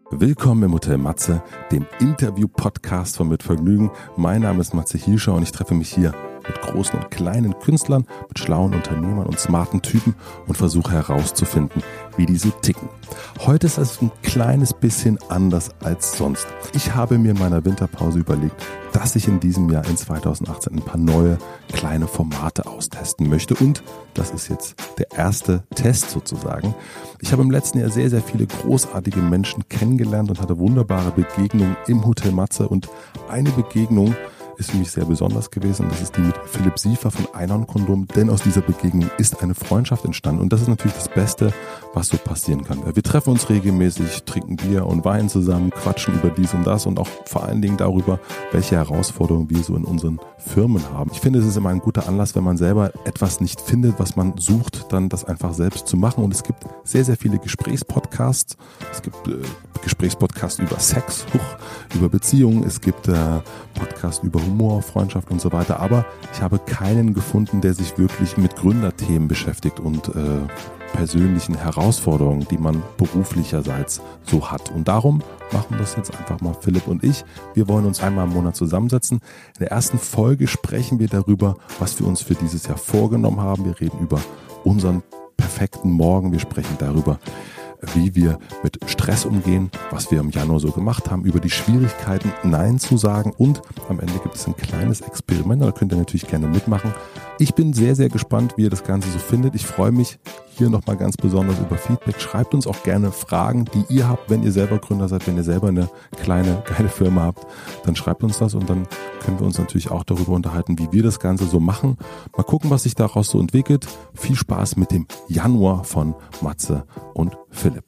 Willkommen im Hotel Matze, dem Interview-Podcast von Mit Vergnügen. Mein Name ist Matze Hielscher und ich treffe mich hier mit großen und kleinen Künstlern, mit schlauen Unternehmern und smarten Typen und versuche herauszufinden, wie die so ticken. Heute ist es ein kleines bisschen anders als sonst. Ich habe mir in meiner Winterpause überlegt, dass ich in diesem Jahr, in 2018, ein paar neue kleine Formate austesten möchte. Und das ist jetzt der erste Test sozusagen. Ich habe im letzten Jahr sehr, sehr viele großartige Menschen kennengelernt und hatte wunderbare Begegnungen im Hotel Matze. Und eine Begegnung ist für mich sehr besonders gewesen und das ist die mit Philipp Siefer von Einhorn Kondom, denn aus dieser Begegnung ist eine Freundschaft entstanden und das ist natürlich das Beste, was so passieren kann. Wir treffen uns regelmäßig, trinken Bier und Wein zusammen, quatschen über dies und das und auch vor allen Dingen darüber, welche Herausforderungen wir so in unseren Firmen haben. Ich finde, es ist immer ein guter Anlass, wenn man selber etwas nicht findet, was man sucht, dann das einfach selbst zu machen und es gibt sehr, sehr viele Gesprächspodcasts. Es gibt Gesprächspodcasts über Sex, über Beziehungen, es gibt Podcasts über Humor, Freundschaft und so weiter, aber ich habe keinen gefunden, der sich wirklich mit Gründerthemen beschäftigt und persönlichen Herausforderungen, die man beruflicherseits so hat. Und darum machen das jetzt einfach mal Philipp und ich. Wir wollen uns einmal im Monat zusammensetzen. In der ersten Folge sprechen wir darüber, was wir uns für dieses Jahr vorgenommen haben. Wir reden über unseren perfekten Morgen. Wir sprechen darüber, wie wir mit Stress umgehen, was wir im Januar so gemacht haben, über die Schwierigkeiten, Nein zu sagen und am Ende gibt es ein kleines Experiment, da könnt ihr natürlich gerne mitmachen. Ich bin sehr, sehr gespannt, wie ihr das Ganze so findet. Ich freue mich hier nochmal ganz besonders über Feedback. Schreibt uns auch gerne Fragen, die ihr habt, wenn ihr selber Gründer seid, wenn ihr selber eine kleine, geile Firma habt, dann schreibt uns das und dann können wir uns natürlich auch darüber unterhalten, wie wir das Ganze so machen. Mal gucken, was sich daraus so entwickelt. Viel Spaß mit dem Januar von Matze und Philipp.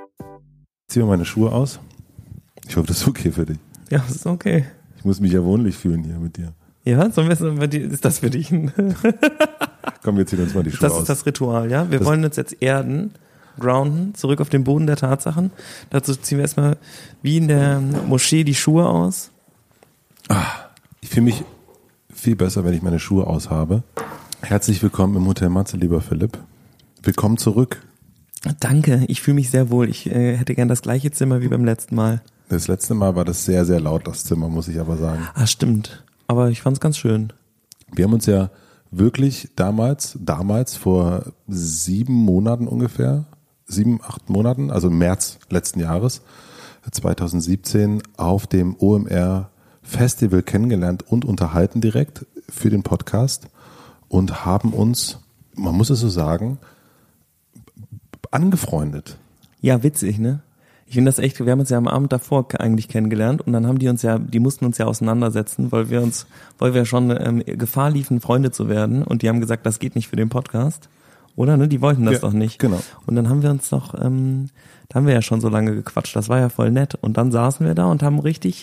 Ich ziehe meine Schuhe aus. Ich hoffe, das ist okay für dich. Ja, das ist okay. Ich muss mich ja wohnlich fühlen hier mit dir. Ja, ist das für dich ein Komm, wir ziehen uns mal die Schuhe aus. Das ist das Ritual, ja? Wir wollen uns jetzt erden, grounden, zurück auf den Boden der Tatsachen. Dazu ziehen wir erstmal wie in der Moschee die Schuhe aus. Ich fühle mich viel besser, wenn ich meine Schuhe aushabe. Herzlich willkommen im Hotel Matze, lieber Philipp. Willkommen zurück. Danke, ich fühle mich sehr wohl. Ich hätte gern das gleiche Zimmer wie beim letzten Mal. Das letzte Mal war das sehr, sehr laut, das Zimmer, muss ich aber sagen. Stimmt. Aber ich fand's ganz schön. Wir haben uns ja wirklich damals vor 7 Monaten ungefähr, 7, 8 Monaten, also im März letzten Jahres, 2017, auf dem OMR Festival kennengelernt und unterhalten direkt für den Podcast und haben uns, man muss es so sagen, angefreundet. Ja, witzig, ne? Ich finde das echt, wir haben uns ja am Abend davor eigentlich kennengelernt und dann haben die mussten uns ja auseinandersetzen, weil wir schon Gefahr liefen, Freunde zu werden und die haben gesagt, das geht nicht für den Podcast, oder? Ne? Die wollten das doch nicht. Genau. Und dann haben wir uns doch, da haben wir ja schon so lange gequatscht, das war ja voll nett und dann saßen wir da und haben richtig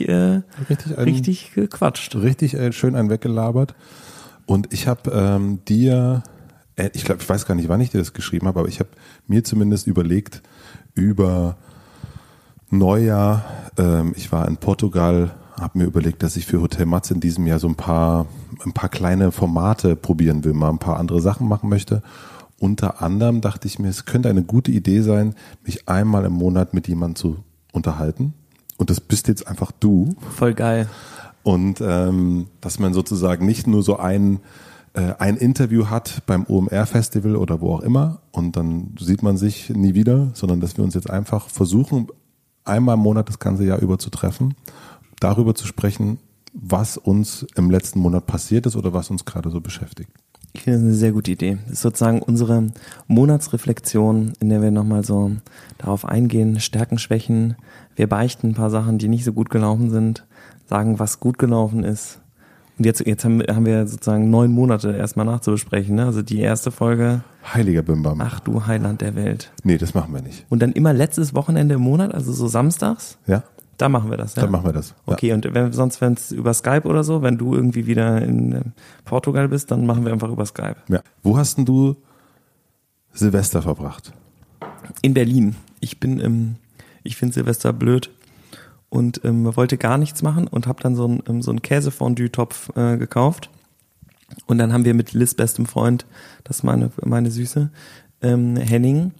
gequatscht. Richtig schön einen weggelabert und ich habe dir, ich weiß gar nicht, wann ich dir das geschrieben habe, aber ich habe mir zumindest überlegt, über Neujahr, ich war in Portugal, habe mir überlegt, dass ich für Hotel Matze in diesem Jahr so ein paar kleine Formate probieren will, mal ein paar andere Sachen machen möchte. Unter anderem dachte ich mir, es könnte eine gute Idee sein, mich einmal im Monat mit jemandem zu unterhalten. Und das bist jetzt einfach du. Voll geil. Und dass man sozusagen nicht nur so ein Interview hat beim OMR-Festival oder wo auch immer und dann sieht man sich nie wieder, sondern dass wir uns jetzt einfach versuchen, einmal im Monat das ganze Jahr über zu treffen, darüber zu sprechen, was uns im letzten Monat passiert ist oder was uns gerade so beschäftigt. Ich finde das eine sehr gute Idee. Das ist sozusagen unsere Monatsreflexion, in der wir nochmal so darauf eingehen, Stärken, Schwächen. Wir beichten ein paar Sachen, die nicht so gut gelaufen sind, sagen, was gut gelaufen ist. Und jetzt haben wir sozusagen 9 Monate erstmal nachzubesprechen, ne? Also die erste Folge. Heiliger Bimbam. Ach du Heiland der Welt. Nee, das machen wir nicht. Und dann immer letztes Wochenende im Monat, also so samstags? Ja. Da machen wir das, ja? Dann machen wir das. Ja. Okay, und wenn es über Skype oder so, wenn du irgendwie wieder in Portugal bist, dann machen wir einfach über Skype. Ja. Wo hast denn du Silvester verbracht? In Berlin. Ich finde Silvester blöd. Und wollte gar nichts machen und habe dann so einen Käsefondue-Topf gekauft. Und dann haben wir mit Liz' bestem Freund, das ist meine Süße, Henning,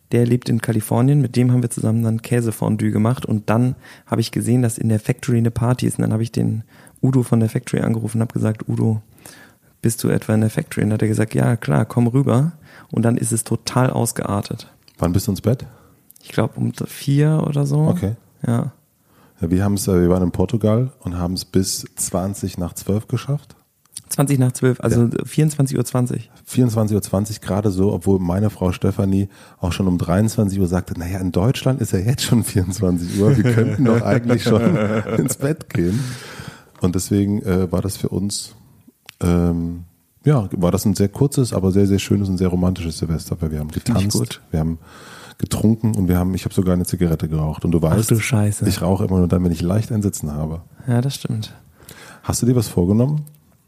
der lebt in Kalifornien, mit dem haben wir zusammen dann Käsefondue gemacht und dann habe ich gesehen, dass in der Factory eine Party ist und dann habe ich den Udo von der Factory angerufen und habe gesagt, Udo, bist du etwa in der Factory? Und dann hat er gesagt, ja klar, komm rüber und dann ist es total ausgeartet. Wann bist du ins Bett? Ich glaube um 4 oder so. Okay. Ja. Ja, wir waren in Portugal und haben es bis 20 nach 12 geschafft. 20 nach 12, also ja. 24:20 Uhr. 24:20 Uhr, gerade so, obwohl meine Frau Stefanie auch schon um 23 Uhr sagte, naja, in Deutschland ist ja jetzt schon 24 Uhr, wir könnten doch eigentlich schon ins Bett gehen. Und deswegen war das für uns, war das ein sehr kurzes, aber sehr, sehr schönes und sehr romantisches Silvester, weil wir haben getanzt, wir haben getrunken und ich habe sogar eine Zigarette geraucht. Und du weißt, ach du Scheiße, ich rauche immer nur dann, wenn ich leicht ein Sitzen habe. Ja, das stimmt. Hast du dir was vorgenommen?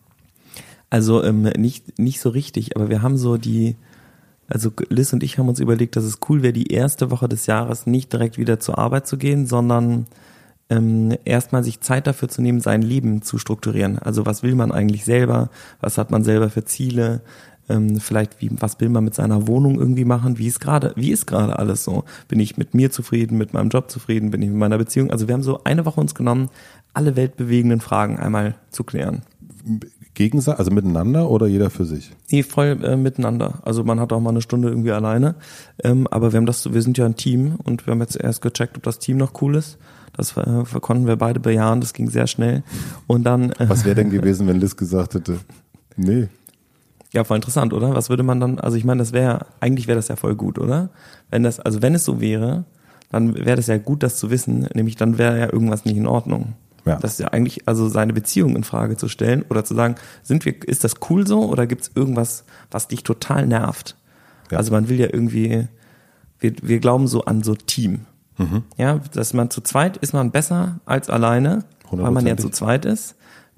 Also nicht so richtig, aber wir haben also Liz und ich haben uns überlegt, dass es cool wäre, die erste Woche des Jahres nicht direkt wieder zur Arbeit zu gehen, sondern erstmal sich Zeit dafür zu nehmen, sein Leben zu strukturieren. Also was will man eigentlich selber? Was hat man selber für Ziele? Vielleicht was will man mit seiner Wohnung irgendwie machen? Wie ist gerade alles so? Bin ich mit mir zufrieden, mit meinem Job zufrieden? Bin ich mit meiner Beziehung? Also wir haben so eine Woche uns genommen, alle weltbewegenden Fragen einmal zu klären. Also miteinander oder jeder für sich? Nee, voll miteinander. Also man hat auch mal eine Stunde irgendwie alleine. Aber wir sind ja ein Team und wir haben jetzt erst gecheckt, ob das Team noch cool ist. Das konnten wir beide bejahen, das ging sehr schnell. Und dann. Was wäre denn gewesen, wenn Liz gesagt hätte, nee? Ja, voll interessant, oder? Was würde man dann, also ich meine, eigentlich wäre das ja voll gut, oder? Wenn es so wäre, dann wäre das ja gut, das zu wissen, nämlich dann wäre ja irgendwas nicht in Ordnung. Ja. Das ist ja eigentlich, also seine Beziehung in Frage zu stellen oder zu sagen, ist das cool so oder gibt es irgendwas, was dich total nervt? Ja. Also man will ja irgendwie, wir glauben so an so Team. Mhm. Ja, dass man zu zweit ist man besser als alleine, weil man ja zu zweit ist.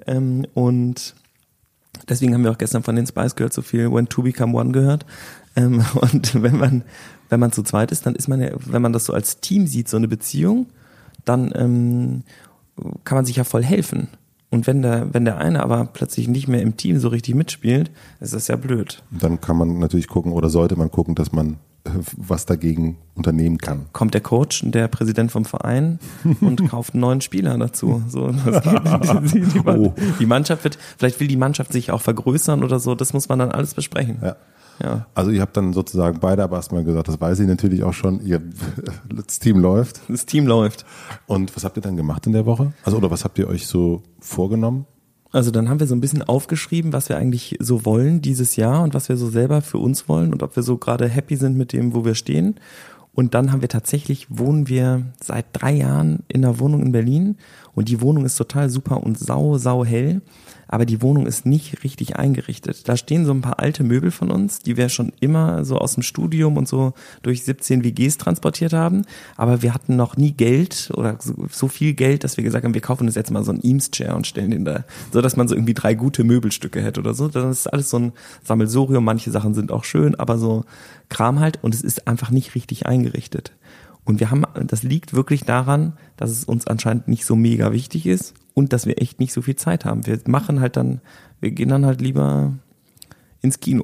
Und deswegen haben wir auch gestern von den Spice Girls so viel When Two Become One gehört. Und wenn man zu zweit ist, dann ist man ja, wenn man das so als Team sieht, so eine Beziehung, dann kann man sich ja voll helfen. Und wenn der eine aber plötzlich nicht mehr im Team so richtig mitspielt, ist das ja blöd. Dann kann man natürlich gucken oder sollte man gucken, dass man was dagegen unternehmen kann. Kommt der Coach, der Präsident vom Verein und kauft einen neuen Spieler dazu. So, das geht. Die Mannschaft vielleicht will die Mannschaft sich auch vergrößern oder so, das muss man dann alles besprechen. Ja. Also ihr habt dann sozusagen beide aber erstmal gesagt, das weiß ich natürlich auch schon, das Team läuft. Das Team läuft. Und was habt ihr dann gemacht in der Woche? Also oder was habt ihr euch so vorgenommen? Also dann haben wir so ein bisschen aufgeschrieben, was wir eigentlich so wollen dieses Jahr und was wir so selber für uns wollen und ob wir so gerade happy sind mit dem, wo wir stehen. Und dann wohnen wir seit 3 Jahren in einer Wohnung in Berlin und die Wohnung ist total super und sau hell, aber die Wohnung ist nicht richtig eingerichtet. Da stehen so ein paar alte Möbel von uns, die wir schon immer so aus dem Studium und so durch 17 WGs transportiert haben, aber wir hatten noch nie Geld oder so viel Geld, dass wir gesagt haben, wir kaufen uns jetzt mal so einen Eames-Chair und stellen den da, so dass man so irgendwie 3 gute Möbelstücke hätte oder so. Das ist alles so ein Sammelsurium, manche Sachen sind auch schön, aber so Kram halt und es ist einfach nicht richtig eingerichtet. Und das liegt wirklich daran, dass es uns anscheinend nicht so mega wichtig ist und dass wir echt nicht so viel Zeit haben. Wir gehen dann halt lieber ins Kino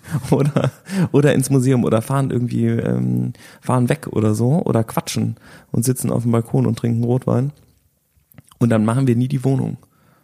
oder ins Museum oder fahren weg oder so oder quatschen und sitzen auf dem Balkon und trinken Rotwein. Und dann machen wir nie die Wohnung.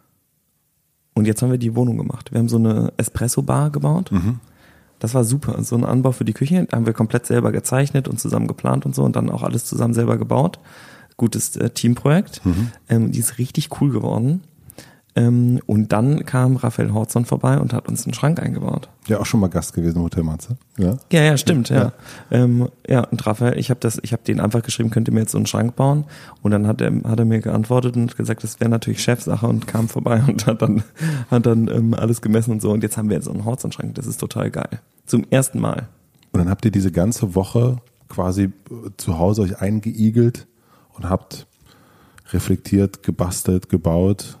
Und jetzt haben wir die Wohnung gemacht. Wir haben so eine Espresso-Bar gebaut. Mhm. Das war super. So ein Anbau für die Küche, da haben wir komplett selber gezeichnet und zusammen geplant und so und dann auch alles zusammen selber gebaut. Gutes Teamprojekt. Mhm. Die ist richtig cool geworden. Und dann kam Raphael Horzon vorbei und hat uns einen Schrank eingebaut. Ja, auch schon mal Gast gewesen im Hotel Matze. Ja, stimmt, ja. Und Raphael, ich habe den einfach geschrieben, könnt ihr mir jetzt so einen Schrank bauen? Und dann hat er mir geantwortet und gesagt, das wäre natürlich Chefsache und kam vorbei und hat dann alles gemessen und so. Und jetzt haben wir jetzt so einen Horzon-Schrank, das ist total geil. Zum ersten Mal. Und dann habt ihr diese ganze Woche quasi zu Hause euch eingeigelt und habt reflektiert, gebastelt, gebaut.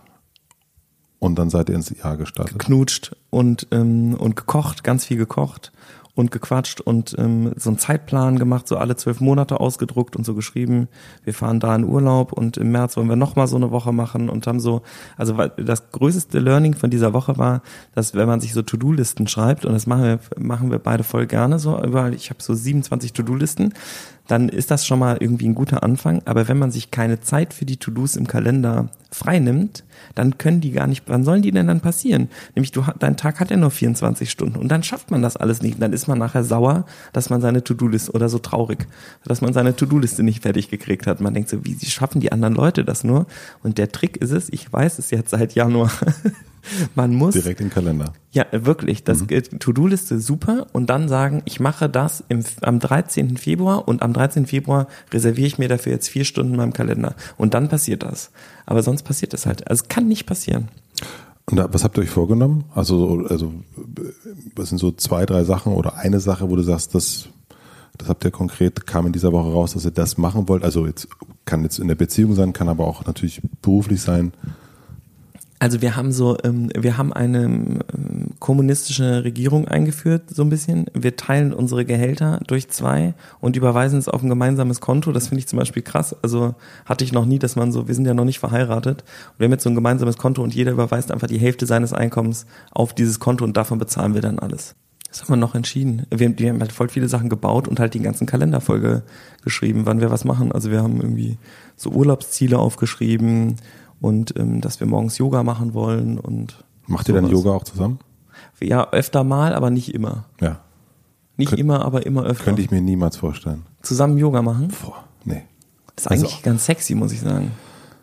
Und dann seid ihr ins Jahr gestartet. Geknutscht und gekocht, ganz viel gekocht und gequatscht und so einen Zeitplan gemacht, so alle 12 Monate ausgedruckt und so geschrieben, wir fahren da in Urlaub und im März wollen wir nochmal so eine Woche machen und haben so, also das größte Learning von dieser Woche war, dass wenn man sich so To-Do-Listen schreibt, und das machen wir beide voll gerne so, überall, ich habe so 27 To-Do-Listen, dann ist das schon mal irgendwie ein guter Anfang. Aber wenn man sich keine Zeit für die To-Dos im Kalender freinimmt, dann können die gar nicht, wann sollen die denn dann passieren? Nämlich dein Tag hat ja nur 24 Stunden und dann schafft man das alles nicht. Und dann ist man nachher sauer, dass man seine To-Do-Liste, oder so traurig, dass man seine To-Do-Liste nicht fertig gekriegt hat. Man denkt so, wie schaffen die anderen Leute das nur? Und der Trick ist es, ich weiß es jetzt seit Januar, man muss direkt im Kalender. Ja, wirklich. Das To-Do-Liste super und dann sagen, ich mache das am 13. Februar und am 13. Februar reserviere ich mir dafür jetzt 4 Stunden in meinem Kalender. Und dann passiert das. Aber sonst passiert das halt. Also es kann nicht passieren. Und was habt ihr euch vorgenommen? Also was sind so 2, 3 Sachen oder eine Sache, wo du sagst, das habt ihr konkret, kam in dieser Woche raus, dass ihr das machen wollt? Also kann jetzt in der Beziehung sein, kann aber auch natürlich beruflich sein. Also wir haben eine kommunistische Regierung eingeführt, so ein bisschen. Wir teilen unsere Gehälter durch 2 und überweisen es auf ein gemeinsames Konto. Das finde ich zum Beispiel krass. Also hatte ich noch nie, dass man so, wir sind ja noch nicht verheiratet. Und wir haben jetzt so ein gemeinsames Konto und jeder überweist einfach die Hälfte seines Einkommens auf dieses Konto und davon bezahlen wir dann alles. Das haben wir noch entschieden. Wir haben halt voll viele Sachen gebaut und halt die ganzen Kalender voll geschrieben, wann wir was machen. Also wir haben irgendwie so Urlaubsziele aufgeschrieben, und dass wir morgens Yoga machen wollen und macht ihr dann Yoga auch zusammen? Ja, öfter mal, aber nicht immer. Ja. Nicht immer, aber immer öfter. Könnte ich mir niemals vorstellen. Zusammen Yoga machen? Boah, nee. Das ist eigentlich ganz sexy, muss ich sagen.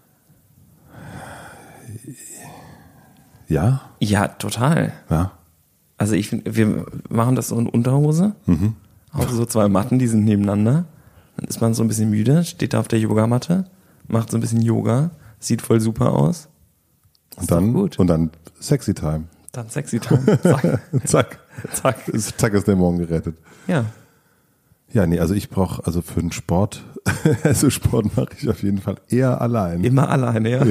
Ja? Ja, total. Ja. Also ich finde, wir machen das so in Unterhose. Auch so 2 Matten, die sind nebeneinander. Dann ist man so ein bisschen müde, steht da auf der Yogamatte, macht so ein bisschen Yoga. Sieht voll super aus. Und dann Sexy Time. Dann Sexy Time. Zack. Zack. Zack. Zack ist der Morgen gerettet. Ja. Ja, nee, also ich brauche, also für den Sport, also Sport mache ich auf jeden Fall eher allein. Immer alleine, ja.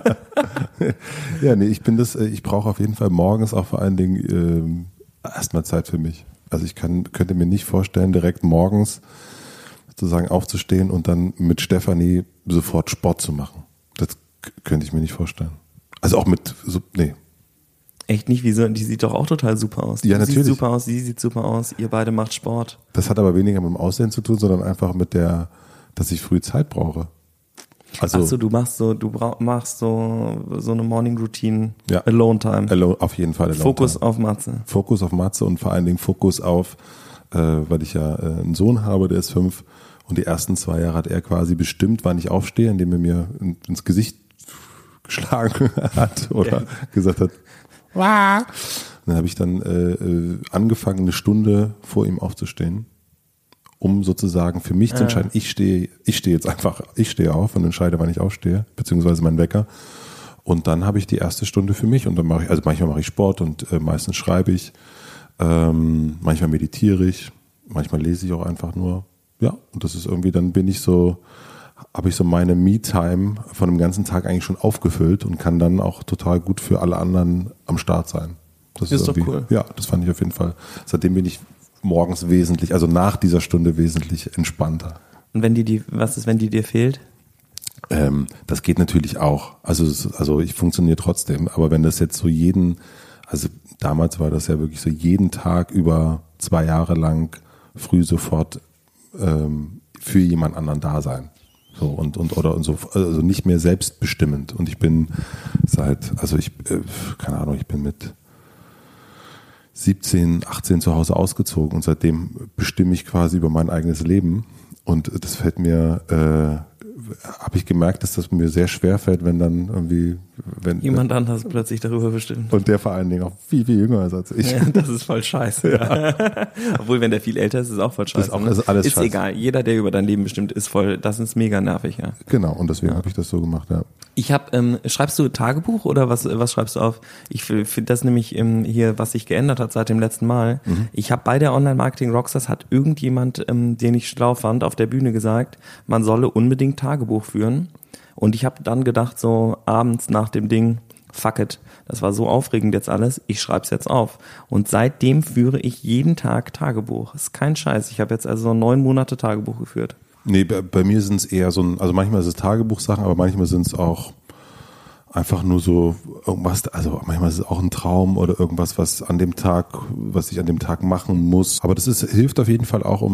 Ja, nee, ich brauche auf jeden Fall morgens auch vor allen Dingen erstmal Zeit für mich. Also ich könnte mir nicht vorstellen, direkt morgens sozusagen aufzustehen und dann mit Stefanie sofort Sport zu machen. Das könnte ich mir nicht vorstellen. Also auch nee. Echt nicht? Wieso? Die sieht doch auch total super aus. Ja, natürlich. Sieht super aus, sie sieht super aus, ihr beide macht Sport. Das hat aber weniger mit dem Aussehen zu tun, sondern einfach mit dass ich früh Zeit brauche. Also, ach so, du machst so eine Morning Routine, ja, Alone Time. Auf jeden Fall. Fokus auf Matze. Fokus auf Matze und vor allen Dingen Fokus auf, weil ich ja einen Sohn habe, der ist 5. Und die ersten 2 Jahre hat er quasi bestimmt, wann ich aufstehe, indem er mir ins Gesicht geschlagen hat oder gesagt hat, Wah! Und dann habe ich dann angefangen, eine Stunde vor ihm aufzustehen, um sozusagen für mich zu entscheiden, ich stehe auf und entscheide, wann ich aufstehe, beziehungsweise mein Wecker. Und dann habe ich die erste Stunde für mich und dann manchmal mache ich Sport und meistens schreibe ich, manchmal meditiere ich, manchmal lese ich auch einfach nur. Ja, und das ist irgendwie, dann habe ich so meine Me-Time von dem ganzen Tag eigentlich schon aufgefüllt und kann dann auch total gut für alle anderen am Start sein. Das ist doch cool. Ja, das fand ich auf jeden Fall. Seitdem bin ich morgens also nach dieser Stunde wesentlich entspannter. Und was ist, wenn die dir fehlt? Das geht natürlich auch. Also ich funktioniere trotzdem, aber wenn das jetzt so also damals war das ja wirklich so jeden Tag über 2 Jahre lang früh sofort für jemand anderen da sein. So und so, also nicht mehr selbstbestimmend. Und ich bin keine Ahnung, ich bin mit 17, 18 zu Hause ausgezogen und seitdem bestimme ich quasi über mein eigenes Leben. Und das fällt mir, habe ich gemerkt, dass das mir sehr schwer fällt, wenn dann irgendwie, jemand anders plötzlich darüber bestimmt. Und der vor allen Dingen auch viel, viel jünger ist als ich. Ja, das ist voll scheiße. Ja. Obwohl, wenn der viel älter ist, ist es auch voll scheiße. Das ist alles scheiße. Egal. Jeder, der über dein Leben bestimmt, das ist mega nervig, ja. Genau. Und deswegen habe ich das so gemacht, ja. Schreibst du Tagebuch oder was schreibst du auf? Ich finde das nämlich hier, was sich geändert hat seit dem letzten Mal. Ich habe bei der Online-Marketing-Rockstars hat irgendjemand, den ich schlau fand, auf der Bühne gesagt, man solle unbedingt Tagebuch führen. Und ich habe dann gedacht, so abends nach dem Ding, fuck it, das war so aufregend jetzt alles, ich schreib's jetzt auf. Und seitdem führe ich jeden Tag Tagebuch. Das ist kein Scheiß. Ich habe jetzt also 9 Monate Tagebuch geführt. Nee, bei mir sind es eher also manchmal ist es Tagebuchsachen, aber manchmal sind es auch einfach nur so irgendwas, also manchmal ist es auch ein Traum oder irgendwas, was ich an dem Tag machen muss. Aber hilft auf jeden Fall auch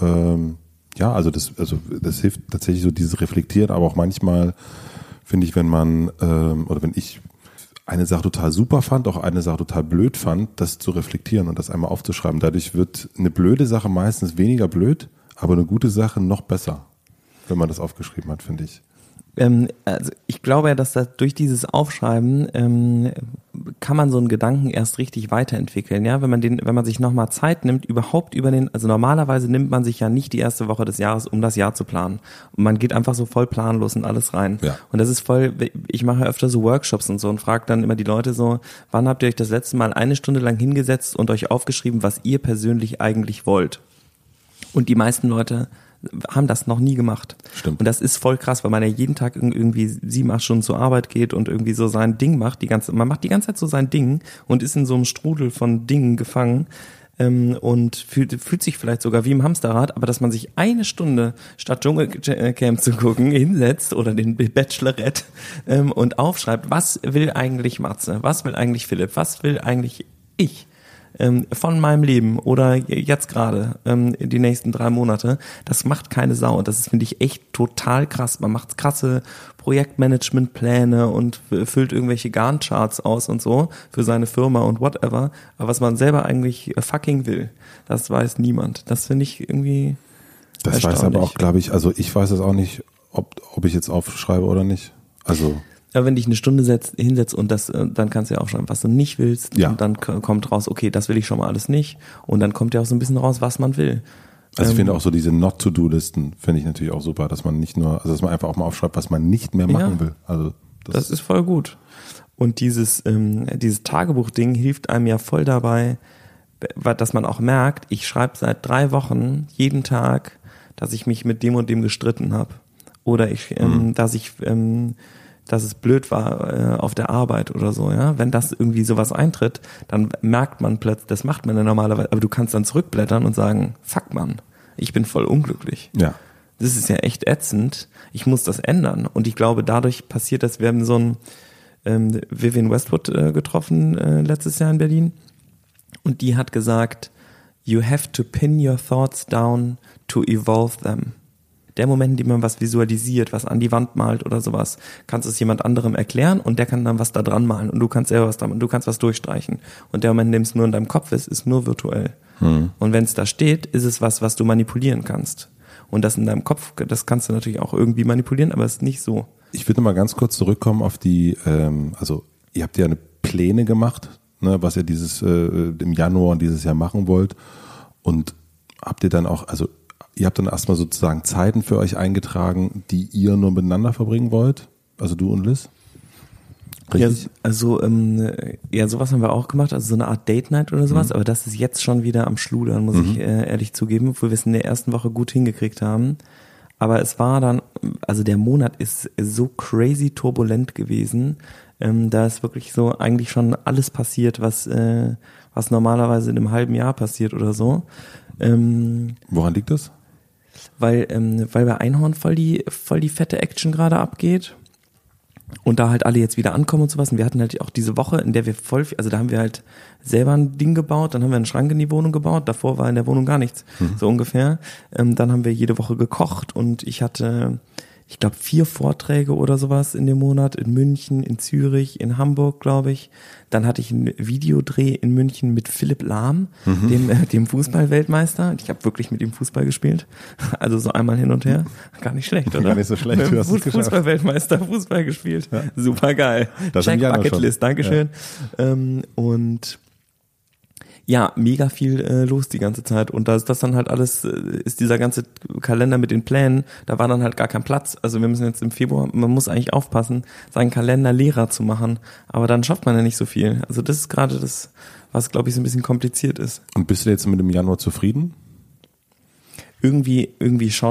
das hilft tatsächlich so dieses Reflektieren, aber auch manchmal finde ich, wenn ich eine Sache total super fand, auch eine Sache total blöd fand, das zu reflektieren und das einmal aufzuschreiben. Dadurch wird eine blöde Sache meistens weniger blöd, aber eine gute Sache noch besser, wenn man das aufgeschrieben hat, finde ich. Also ich glaube ja, dass durch dieses Aufschreiben kann man so einen Gedanken erst richtig weiterentwickeln, ja, wenn man sich nochmal Zeit nimmt, also normalerweise nimmt man sich ja nicht die erste Woche des Jahres, um das Jahr zu planen. Und man geht einfach so voll planlos in alles rein. Ja. Und das ist ich mache ja öfter so Workshops und so und frage dann immer die Leute so, wann habt ihr euch das letzte Mal 1 Stunde lang hingesetzt und euch aufgeschrieben, was ihr persönlich eigentlich wollt? Und die meisten Leute haben das noch nie gemacht. Stimmt. Und das ist voll krass, weil man ja jeden Tag irgendwie 7, 8 Stunden zur Arbeit geht und irgendwie so sein Ding macht. Man macht die ganze Zeit so sein Ding und ist in so einem Strudel von Dingen gefangen und fühlt sich vielleicht sogar wie im Hamsterrad, aber dass man sich 1 Stunde statt Dschungelcamp zu gucken hinsetzt oder den Bachelorette und aufschreibt, was will eigentlich Matze, was will eigentlich Philipp, was will eigentlich ich von meinem Leben oder jetzt gerade die nächsten 3 Monate, das macht keine Sau. Und das finde ich echt total krass. Man macht krasse Projektmanagementpläne und füllt irgendwelche Gantt-Charts aus und so für seine Firma und whatever. Aber was man selber eigentlich fucking will, das weiß niemand. Das finde ich irgendwie Das weiß aber auch, glaube ich, also ich weiß es auch nicht, ob ich jetzt aufschreibe oder nicht. Also ja, wenn dich 1 Stunde hinsetzt und dann kannst du ja aufschreiben, was du nicht willst. Ja. Und dann kommt raus, okay, das will ich schon mal alles nicht. Und dann kommt ja auch so ein bisschen raus, was man will. Also ich finde auch so diese Not-to-Do-Listen finde ich natürlich auch super, dass man dass man einfach auch mal aufschreibt, was man nicht mehr machen will. Also das ist voll gut. Und dieses Tagebuch-Ding hilft einem ja voll dabei, dass man auch merkt, ich schreibe seit 3 Wochen jeden Tag, dass ich mich mit dem und dem gestritten habe. Oder dass es blöd war auf der Arbeit oder so, ja. Wenn das irgendwie sowas eintritt, dann merkt man plötzlich, das macht man ja normalerweise, aber du kannst dann zurückblättern und sagen, fuck Mann, ich bin voll unglücklich. Ja. Das ist ja echt ätzend, ich muss das ändern. Und ich glaube, dadurch passiert das, wir haben so einen Vivienne Westwood getroffen letztes Jahr in Berlin und die hat gesagt, you have to pin your thoughts down to evolve them. Der Moment, in dem man was visualisiert, was an die Wand malt oder sowas, kannst du es jemand anderem erklären und der kann dann was da dran malen und du kannst selber was da machen, du kannst was durchstreichen. Und der Moment, in dem es nur in deinem Kopf ist nur virtuell. Und wenn es da steht, ist es was du manipulieren kannst. Und das in deinem Kopf, das kannst du natürlich auch irgendwie manipulieren, aber es ist nicht so. Ich würde mal ganz kurz zurückkommen auf die, also ihr habt ja eine Pläne gemacht, ne, was ihr im Januar dieses Jahr machen wollt und habt ihr dann auch, also ihr habt dann erstmal sozusagen Zeiten für euch eingetragen, die ihr nur miteinander verbringen wollt? Also du und Liz? Richtig? Ja, also sowas haben wir auch gemacht, also so eine Art Date Night oder sowas, aber das ist jetzt schon wieder am Schludern, muss ich ehrlich zugeben, obwohl wir es in der ersten Woche gut hingekriegt haben. Aber es war dann, also der Monat ist so crazy turbulent gewesen, da ist wirklich so eigentlich schon alles passiert, was normalerweise in einem halben Jahr passiert oder so. Woran liegt das? Weil bei Einhorn voll die fette Action gerade abgeht und da halt alle jetzt wieder ankommen und sowas. Und wir hatten halt auch diese Woche, in der wir da haben wir halt selber ein Ding gebaut, dann haben wir einen Schrank in die Wohnung gebaut, davor war in der Wohnung gar nichts, so ungefähr. Dann haben wir jede Woche gekocht und ich hatte, ich glaube 4 Vorträge oder sowas in dem Monat, in München, in Zürich, in Hamburg, glaube ich. Dann hatte ich einen Videodreh in München mit Philipp Lahm, dem Fußball-Weltmeister. Und ich habe wirklich mit ihm Fußball gespielt. Also so einmal hin und her. Gar nicht schlecht, oder? Gar nicht so schlecht. Du hast es geschafft. Fußball-Weltmeister, Fußball gespielt. Ja. Super geil. Das Check Bucketlist, Dankeschön. Ja. Und ja, mega viel los die ganze Zeit und da ist das dann halt alles, ist dieser ganze Kalender mit den Plänen, da war dann halt gar kein Platz. Also wir müssen jetzt im Februar, man muss eigentlich aufpassen, seinen Kalender leerer zu machen, aber dann schafft man ja nicht so viel. Also das ist gerade das, was glaube ich so ein bisschen kompliziert ist. Und bist du jetzt mit dem Januar zufrieden? Irgendwie schon.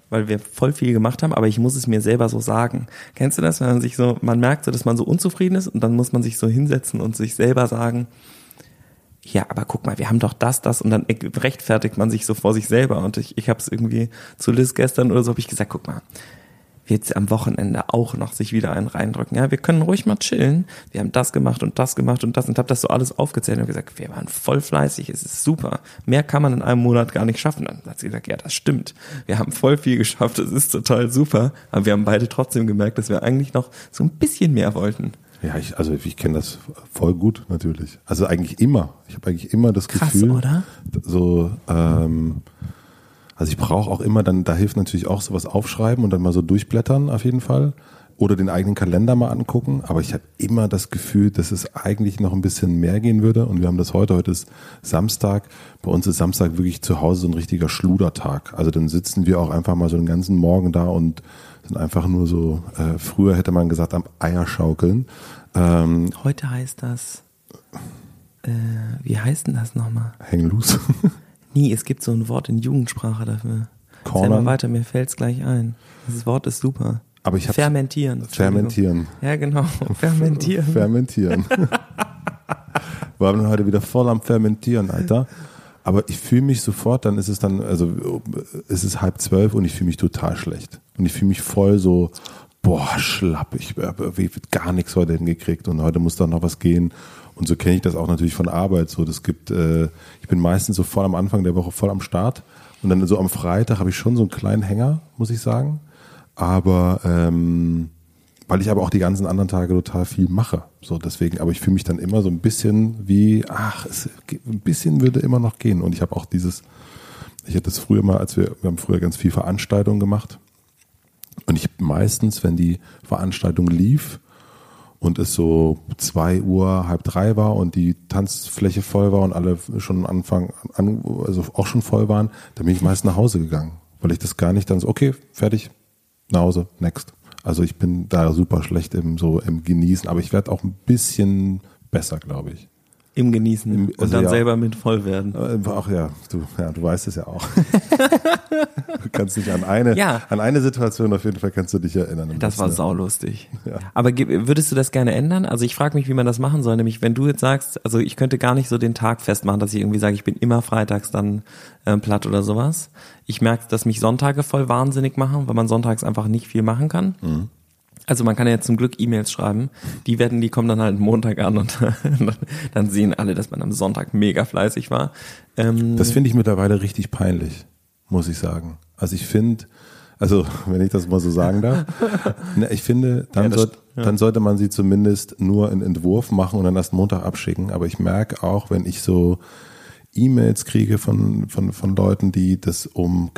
weil wir voll viel gemacht haben, aber ich muss es mir selber so sagen. Kennst du das, wenn man merkt so, dass man so unzufrieden ist und dann muss man sich so hinsetzen und sich selber sagen, ja, aber guck mal, wir haben doch das und dann rechtfertigt man sich so vor sich selber und ich habe es irgendwie zu Liz gestern oder so, habe ich gesagt, guck mal, jetzt am Wochenende auch noch sich wieder einen reindrücken. Ja, wir können ruhig mal chillen. Wir haben das gemacht und das gemacht und das und habe das so alles aufgezählt und gesagt, wir waren voll fleißig, es ist super. Mehr kann man in einem Monat gar nicht schaffen. Dann hat sie gesagt, ja, das stimmt. Wir haben voll viel geschafft, es ist total super. Aber wir haben beide trotzdem gemerkt, dass wir eigentlich noch so ein bisschen mehr wollten. Ja, ich kenne das voll gut natürlich. Also eigentlich immer. Ich habe eigentlich immer das Krass, Gefühl, oder? So, also ich brauche auch immer dann, da hilft natürlich auch sowas aufschreiben und dann mal so durchblättern auf jeden Fall oder den eigenen Kalender mal angucken, aber ich habe immer das Gefühl, dass es eigentlich noch ein bisschen mehr gehen würde und wir haben das heute ist Samstag, bei uns ist Samstag wirklich zu Hause so ein richtiger Schludertag, also dann sitzen wir auch einfach mal so den ganzen Morgen da und sind einfach nur so, früher hätte man gesagt am Eierschaukeln. Heute heißt das, wie heißt denn das nochmal? Hang loose. Nie, es gibt so ein Wort in Jugendsprache dafür. Erzähl mal weiter, mir fällt's gleich ein. Das Wort ist super. Aber ich Fermentieren. Fermentieren. Ja, genau. Fermentieren. Fermentieren. Wir haben heute wieder voll am Fermentieren, Alter. Aber ich fühle mich sofort, dann ist es 11:30 und ich fühle mich total schlecht. Und ich fühle mich voll so, schlapp, ich habe gar nichts heute hingekriegt und heute muss da noch was gehen. Und so kenne ich das auch natürlich von Arbeit. So, ich bin meistens so voll am Anfang der Woche voll am Start und dann so am Freitag habe ich schon so einen kleinen Hänger, muss ich sagen. Aber weil ich aber auch die ganzen anderen Tage total viel mache. So deswegen, aber ich fühle mich dann immer so ein bisschen wie, ein bisschen würde immer noch gehen. Und ich habe auch ich hatte das früher mal, wir haben früher ganz viel Veranstaltungen gemacht. Und ich meistens, wenn die Veranstaltung lief, und es so 2 Uhr, 2:30 war und die Tanzfläche voll war und alle schon also auch schon voll waren, dann bin ich meist nach Hause gegangen, weil ich das gar nicht dann so, okay, fertig, nach Hause, next. Also ich bin da super schlecht im Genießen, aber ich werde auch ein bisschen besser, glaube ich. Im Genießen und dann selber mit voll werden. Ach ja, du weißt es ja auch. Du kannst dich an eine Situation auf jeden Fall kannst du dich erinnern. Das war saulustig. Ja. Aber würdest du das gerne ändern? Also ich frage mich, wie man das machen soll. Nämlich, wenn du jetzt sagst, also ich könnte gar nicht so den Tag festmachen, dass ich irgendwie sage, ich bin immer freitags dann platt oder sowas. Ich merke, dass mich Sonntage voll wahnsinnig machen, weil man sonntags einfach nicht viel machen kann. Mhm. Also man kann ja zum Glück E-Mails schreiben, die kommen dann halt Montag an und dann sehen alle, dass man am Sonntag mega fleißig war. Das finde ich mittlerweile richtig peinlich, muss ich sagen. Also ich finde, wenn ich das mal so sagen darf, ich finde, dann sollte man sie zumindest nur in Entwurf machen und dann erst Montag abschicken. Aber ich merke auch, wenn ich so E-Mails kriege von Leuten, die das um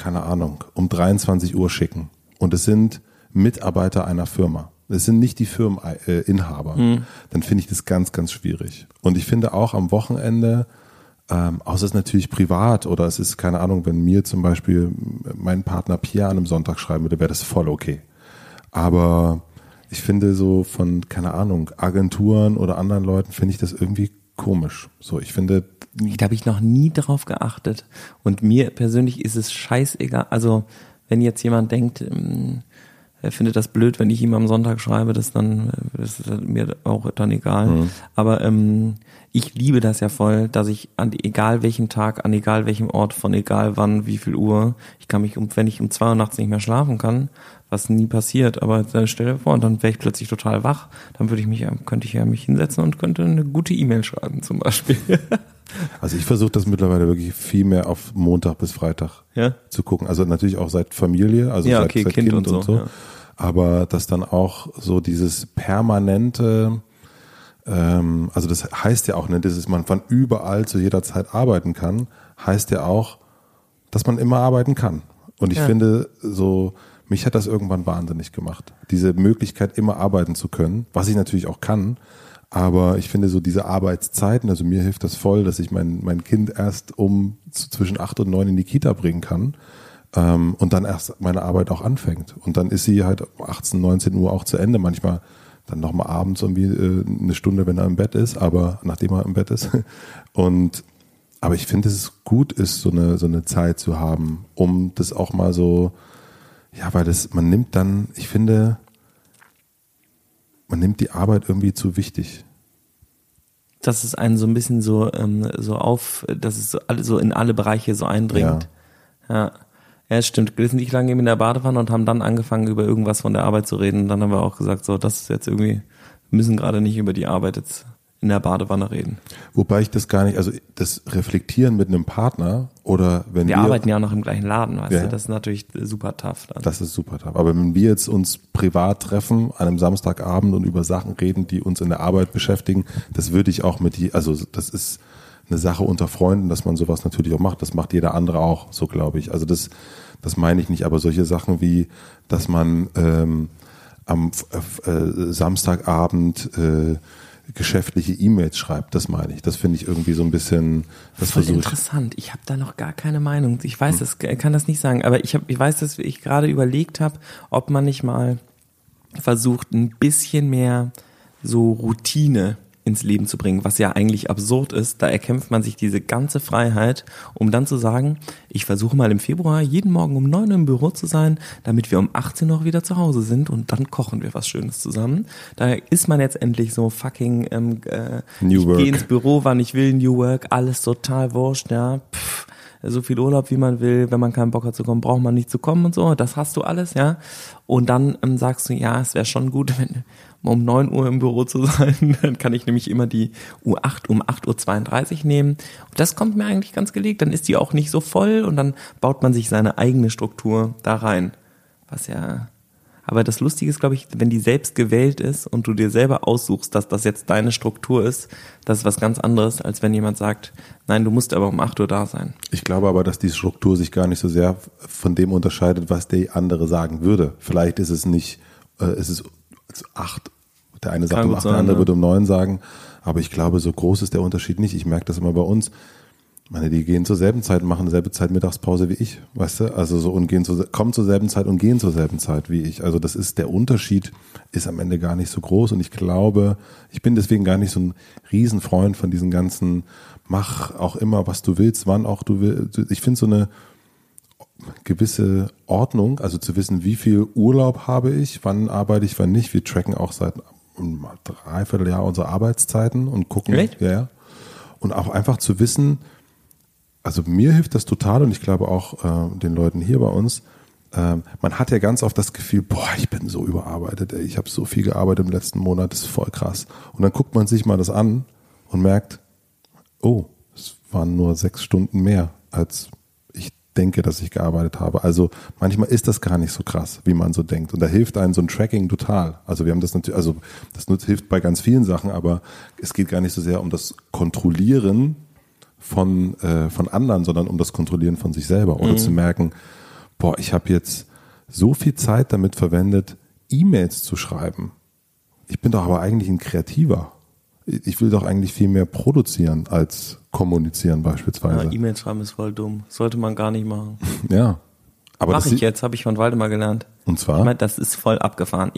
23 Uhr schicken und es sind Mitarbeiter einer Firma. Es sind nicht die Firmeninhaber. Dann finde ich das ganz, ganz schwierig. Und ich finde auch am Wochenende, außer es ist natürlich privat oder es ist, keine Ahnung, wenn mir zum Beispiel mein Partner Pierre an einem Sonntag schreiben würde, wäre das voll okay. Aber ich finde so von, keine Ahnung, Agenturen oder anderen Leuten finde ich das irgendwie komisch. So, ich finde... Da habe ich noch nie drauf geachtet. Und mir persönlich ist es scheißegal. Also, wenn jetzt jemand denkt... Er findet das blöd, wenn ich ihm am Sonntag schreibe, das ist mir auch dann egal. Mhm. Aber ich liebe das ja voll, dass ich an egal welchem Tag, an egal welchem Ort, von egal wann, wie viel Uhr, ich kann mich, wenn ich um 2 Uhr nachts nicht mehr schlafen kann, was nie passiert, aber dann stell dir vor, dann wäre ich plötzlich total wach, dann könnte ich mich hinsetzen und könnte eine gute E-Mail schreiben zum Beispiel. Also ich versuche das mittlerweile wirklich viel mehr auf Montag bis Freitag zu gucken. Also natürlich auch seit Familie, also seit Kind und so. Ja. Aber dass dann auch so dieses permanente, also das heißt ja auch, ne, dass man von überall zu jeder Zeit arbeiten kann, heißt ja auch, dass man immer arbeiten kann. Und ich finde so, mich hat das irgendwann wahnsinnig gemacht. Diese Möglichkeit, immer arbeiten zu können, was ich natürlich auch kann. Aber ich finde so diese Arbeitszeiten, also mir hilft das voll, dass ich mein Kind erst zwischen 8 und 9 in die Kita bringen kann und dann erst meine Arbeit auch anfängt. Und dann ist sie halt 18, 19 Uhr auch zu Ende. Manchmal dann nochmal abends irgendwie eine Stunde, wenn er im Bett ist, aber nachdem er im Bett ist. Aber ich finde, dass es gut ist, so eine Zeit zu haben, um das auch mal so, Ja, weil man nimmt dann, ich finde, man nimmt die Arbeit irgendwie zu wichtig. Dass es einen so ein bisschen dass es so in alle Bereiche so eindringt. Ja, es stimmt. Wir sind nicht lange in der Badewanne und haben dann angefangen, über irgendwas von der Arbeit zu reden. Und dann haben wir auch gesagt, so, das ist jetzt irgendwie, wir müssen gerade nicht über die Arbeit jetzt in der Badewanne reden. Wobei ich das gar nicht, also das Reflektieren mit einem Partner oder wenn wir arbeiten ja auch noch im gleichen Laden, weißt du, das ist natürlich super tough. Dann. Das ist super tough. Aber wenn wir jetzt uns privat treffen an einem Samstagabend und über Sachen reden, die uns in der Arbeit beschäftigen, das würde ich auch also das ist eine Sache unter Freunden, dass man sowas natürlich auch macht. Das macht jeder andere auch, so glaube ich. Also das meine ich nicht, aber solche Sachen wie, dass man am Samstagabend geschäftliche E-Mails schreibt, das meine ich. Das finde ich irgendwie so ein bisschen, das voll interessant. Ich habe da noch gar keine Meinung. Ich weiß, kann das nicht sagen, aber ich weiß, dass ich gerade überlegt habe, ob man nicht mal versucht, ein bisschen mehr so Routine ins Leben zu bringen, was ja eigentlich absurd ist. Da erkämpft man sich diese ganze Freiheit, um dann zu sagen, ich versuche mal im Februar jeden Morgen um 9 Uhr im Büro zu sein, damit wir um 18 Uhr wieder zu Hause sind und dann kochen wir was Schönes zusammen. Da ist man jetzt endlich so fucking New Work. Ich gehe ins Büro, wann ich will, New Work, alles total wurscht, ja. So viel Urlaub, wie man will, wenn man keinen Bock hat zu kommen, braucht man nicht zu kommen und so, das hast du alles, ja. Und dann sagst du, ja, es wäre schon gut, wenn um 9 Uhr im Büro zu sein, dann kann ich nämlich immer die U8 um 8:32 Uhr nehmen. Und das kommt mir eigentlich ganz gelegt, dann ist die auch nicht so voll und dann baut man sich seine eigene Struktur da rein. Was ja, aber das Lustige ist, glaube ich, wenn die selbst gewählt ist und du dir selber aussuchst, dass das jetzt deine Struktur ist, das ist was ganz anderes, als wenn jemand sagt, nein, du musst aber um 8 Uhr da sein. Ich glaube aber, dass die Struktur sich gar nicht so sehr von dem unterscheidet, was der andere sagen würde. Vielleicht ist es nicht, es ist 8, der eine sagt um 8, der andere würde um 9 sagen, aber ich glaube, so groß ist der Unterschied nicht. Ich merke das immer bei uns. Ich meine, die gehen zur selben Zeit, machen dieselbe Zeit Mittagspause wie ich, weißt du? Also so und kommen zur selben Zeit und gehen zur selben Zeit wie ich. Also das ist, der Unterschied ist am Ende gar nicht so groß und ich glaube, ich bin deswegen gar nicht so ein Riesenfreund von diesen ganzen, mach auch immer, was du willst, wann auch du willst. Ich finde so eine gewisse Ordnung, also zu wissen, wie viel Urlaub habe ich, wann arbeite ich, wann nicht. Wir tracken auch seit einem Dreivierteljahr unsere Arbeitszeiten und gucken. Echt? Ja. Und auch einfach zu wissen, also mir hilft das total und ich glaube auch den Leuten hier bei uns, man hat ja ganz oft das Gefühl, boah, ich bin so überarbeitet, ey, ich habe so viel gearbeitet im letzten Monat, das ist voll krass. Und dann guckt man sich mal das an und merkt, oh, es waren nur 6 Stunden mehr, als ich denke, dass ich gearbeitet habe. Also manchmal ist das gar nicht so krass, wie man so denkt. Und da hilft einem so ein Tracking total. Also wir haben das natürlich, also das hilft bei ganz vielen Sachen, aber es geht gar nicht so sehr um das Kontrollieren von anderen, sondern um das Kontrollieren von sich selber. Oder zu merken, boah, ich habe jetzt so viel Zeit damit verwendet, E-Mails zu schreiben. Ich bin doch aber eigentlich ein Kreativer. Ich will doch eigentlich viel mehr produzieren als kommunizieren beispielsweise. Ja, E-Mails schreiben ist voll dumm. Sollte man gar nicht machen. Ja. Aber mach ich jetzt, habe ich von Waldemar gelernt. Und zwar? Ich meine, das ist voll abgefahren.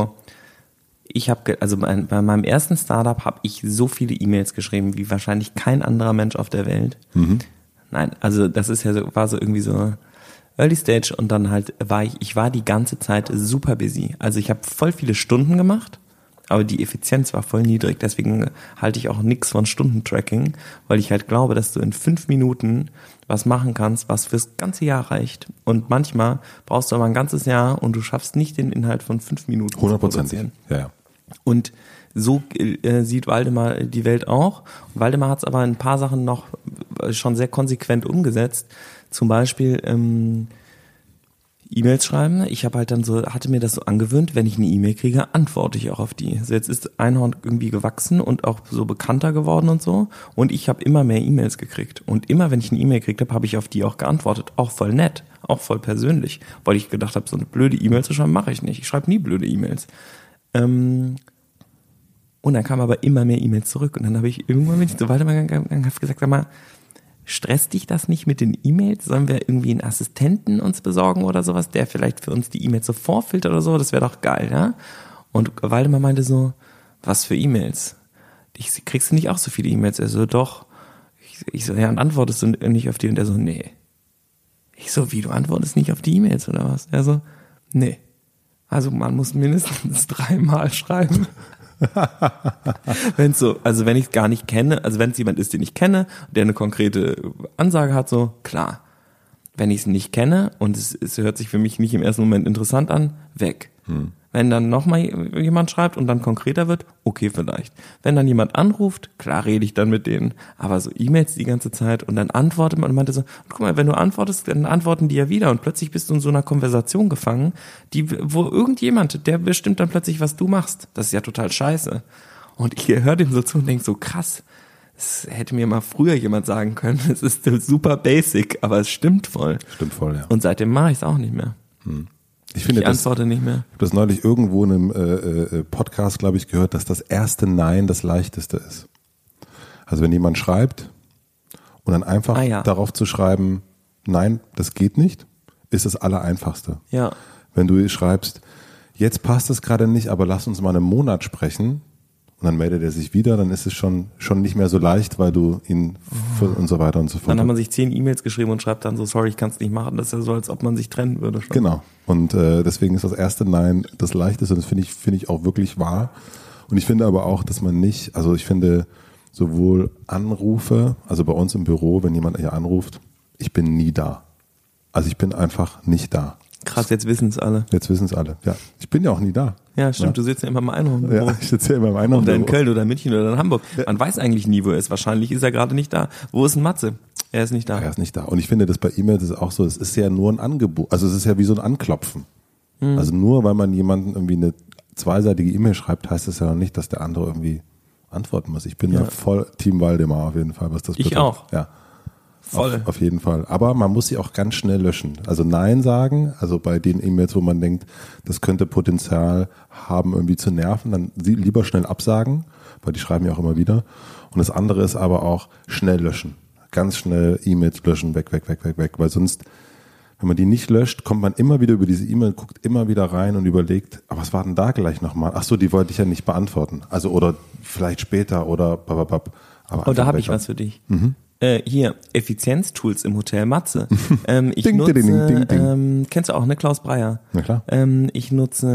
Bei meinem ersten Startup habe ich so viele E-Mails geschrieben, wie wahrscheinlich kein anderer Mensch auf der Welt. Mhm. Nein, also das ist ja so, war so irgendwie so Early Stage und dann halt ich war die ganze Zeit super busy. Also ich habe voll viele Stunden gemacht, aber die Effizienz war voll niedrig. Deswegen halte ich auch nichts von Stundentracking, weil ich halt glaube, dass du in 5 Minuten was machen kannst, was fürs ganze Jahr reicht. Und manchmal brauchst du aber ein ganzes Jahr und du schaffst nicht den Inhalt von 5 Minuten 100%. Ja. Und so sieht Waldemar die Welt auch. Und Waldemar hat es aber in ein paar Sachen noch schon sehr konsequent umgesetzt. Zum Beispiel E-Mails schreiben. Ich habe halt dann hatte mir das so angewöhnt, wenn ich eine E-Mail kriege, antworte ich auch auf die. Also jetzt ist Einhorn irgendwie gewachsen und auch so bekannter geworden und so. Und ich habe immer mehr E-Mails gekriegt. Und immer, wenn ich eine E-Mail gekriegt habe, habe ich auf die auch geantwortet. Auch voll nett, auch voll persönlich. Weil ich gedacht habe, so eine blöde E-Mail zu schreiben, mache ich nicht. Ich schreibe nie blöde E-Mails. Und dann kamen aber immer mehr E-Mails zurück. Und dann habe ich irgendwann, wenn ich so weitergegangen habe, gesagt, sag mal, stresst dich das nicht mit den E-Mails? Sollen wir irgendwie einen Assistenten uns besorgen oder sowas, der vielleicht für uns die E-Mails so vorfiltert oder so? Das wäre doch geil, ja? Und Waldemar meinte so, was für E-Mails? Kriegst du nicht auch so viele E-Mails? Er so, doch. Ich so, ja, und antwortest du nicht auf die? Und er so, nee. Ich so, wie, du antwortest nicht auf die E-Mails oder was? Er so, Nee. Also man muss mindestens 3-mal schreiben. Wenn ich es gar nicht kenne, also wenn es jemand ist, den ich kenne, der eine konkrete Ansage hat, so, klar. Wenn ich es nicht kenne und es hört sich für mich nicht im ersten Moment interessant an, weg. Wenn dann nochmal jemand schreibt und dann konkreter wird, okay, vielleicht. Wenn dann jemand anruft, klar rede ich dann mit denen. Aber so E-Mails die ganze Zeit und dann antwortet man und meinte so, guck mal, wenn du antwortest, dann antworten die ja wieder und plötzlich bist du in so einer Konversation gefangen, wo irgendjemand, der bestimmt dann plötzlich, was du machst. Das ist ja total scheiße. Und ich höre dem so zu und denke so, krass, das hätte mir mal früher jemand sagen können. Es ist super basic, aber es stimmt voll. Stimmt voll, ja. Und seitdem mache ich es auch nicht mehr. Ich antworte nicht mehr. Ich habe das neulich irgendwo in einem Podcast, glaube ich, gehört, dass das erste Nein das leichteste ist. Also wenn jemand schreibt und dann einfach darauf zu schreiben, nein, das geht nicht, ist das Allereinfachste. Ja. Wenn du schreibst, jetzt passt es gerade nicht, aber lass uns mal einen Monat sprechen und dann meldet er sich wieder, dann ist es schon nicht mehr so leicht, weil du ihn und so weiter und so fort. Dann hat man sich 10 E-Mails geschrieben und schreibt dann so, sorry, ich kann es nicht machen. Das ist ja so, als ob man sich trennen würde. Schon. Genau. Und deswegen ist das erste Nein das leichteste und das finde ich auch wirklich wahr. Und ich finde aber auch, dass man nicht, also ich finde sowohl Anrufe, also bei uns im Büro, wenn jemand hier anruft, ich bin nie da. Also ich bin einfach nicht da. Krass, jetzt wissen es alle. Jetzt wissen es alle, ja. Ich bin ja auch nie da. Ja, stimmt, du sitzt ja immer im Einraum-Büro. Ja, ich sitze ja immer im Einraum-Büro. Oder in Köln oder München oder in Hamburg. Man weiß eigentlich nie, wo er ist. Wahrscheinlich ist er gerade nicht da. Wo ist ein Matze? Er ist nicht da. Er ist nicht da. Und ich finde, das bei E-Mails ist auch so, es ist ja nur ein Angebot. Also es ist ja wie so ein Anklopfen. Also nur weil man jemanden irgendwie eine zweiseitige E-Mail schreibt, heißt das ja noch nicht, dass der andere irgendwie antworten muss. Ich bin ja voll Team Waldemar auf jeden Fall, was das betrifft. Ich auch. Ja. Voll. Auf jeden Fall. Aber man muss sie auch ganz schnell löschen. Also Nein sagen, also bei den E-Mails, wo man denkt, das könnte Potenzial haben, irgendwie zu nerven, dann lieber schnell absagen, weil die schreiben ja auch immer wieder. Und das andere ist aber auch schnell löschen. Ganz schnell E-Mails löschen, weg, weil sonst, wenn man die nicht löscht, kommt man immer wieder über diese E-Mail, guckt immer wieder rein und überlegt, aber was war denn da gleich nochmal? Ach so, die wollte ich ja nicht beantworten. Also oder vielleicht später oder bababab. Aber da habe ich was für dich. Hier, Effizienztools im Hotel Matze. Ich Ding, nutze, ding, ding. Kennst du auch, ne, Klaus Breyer? Na klar. Ich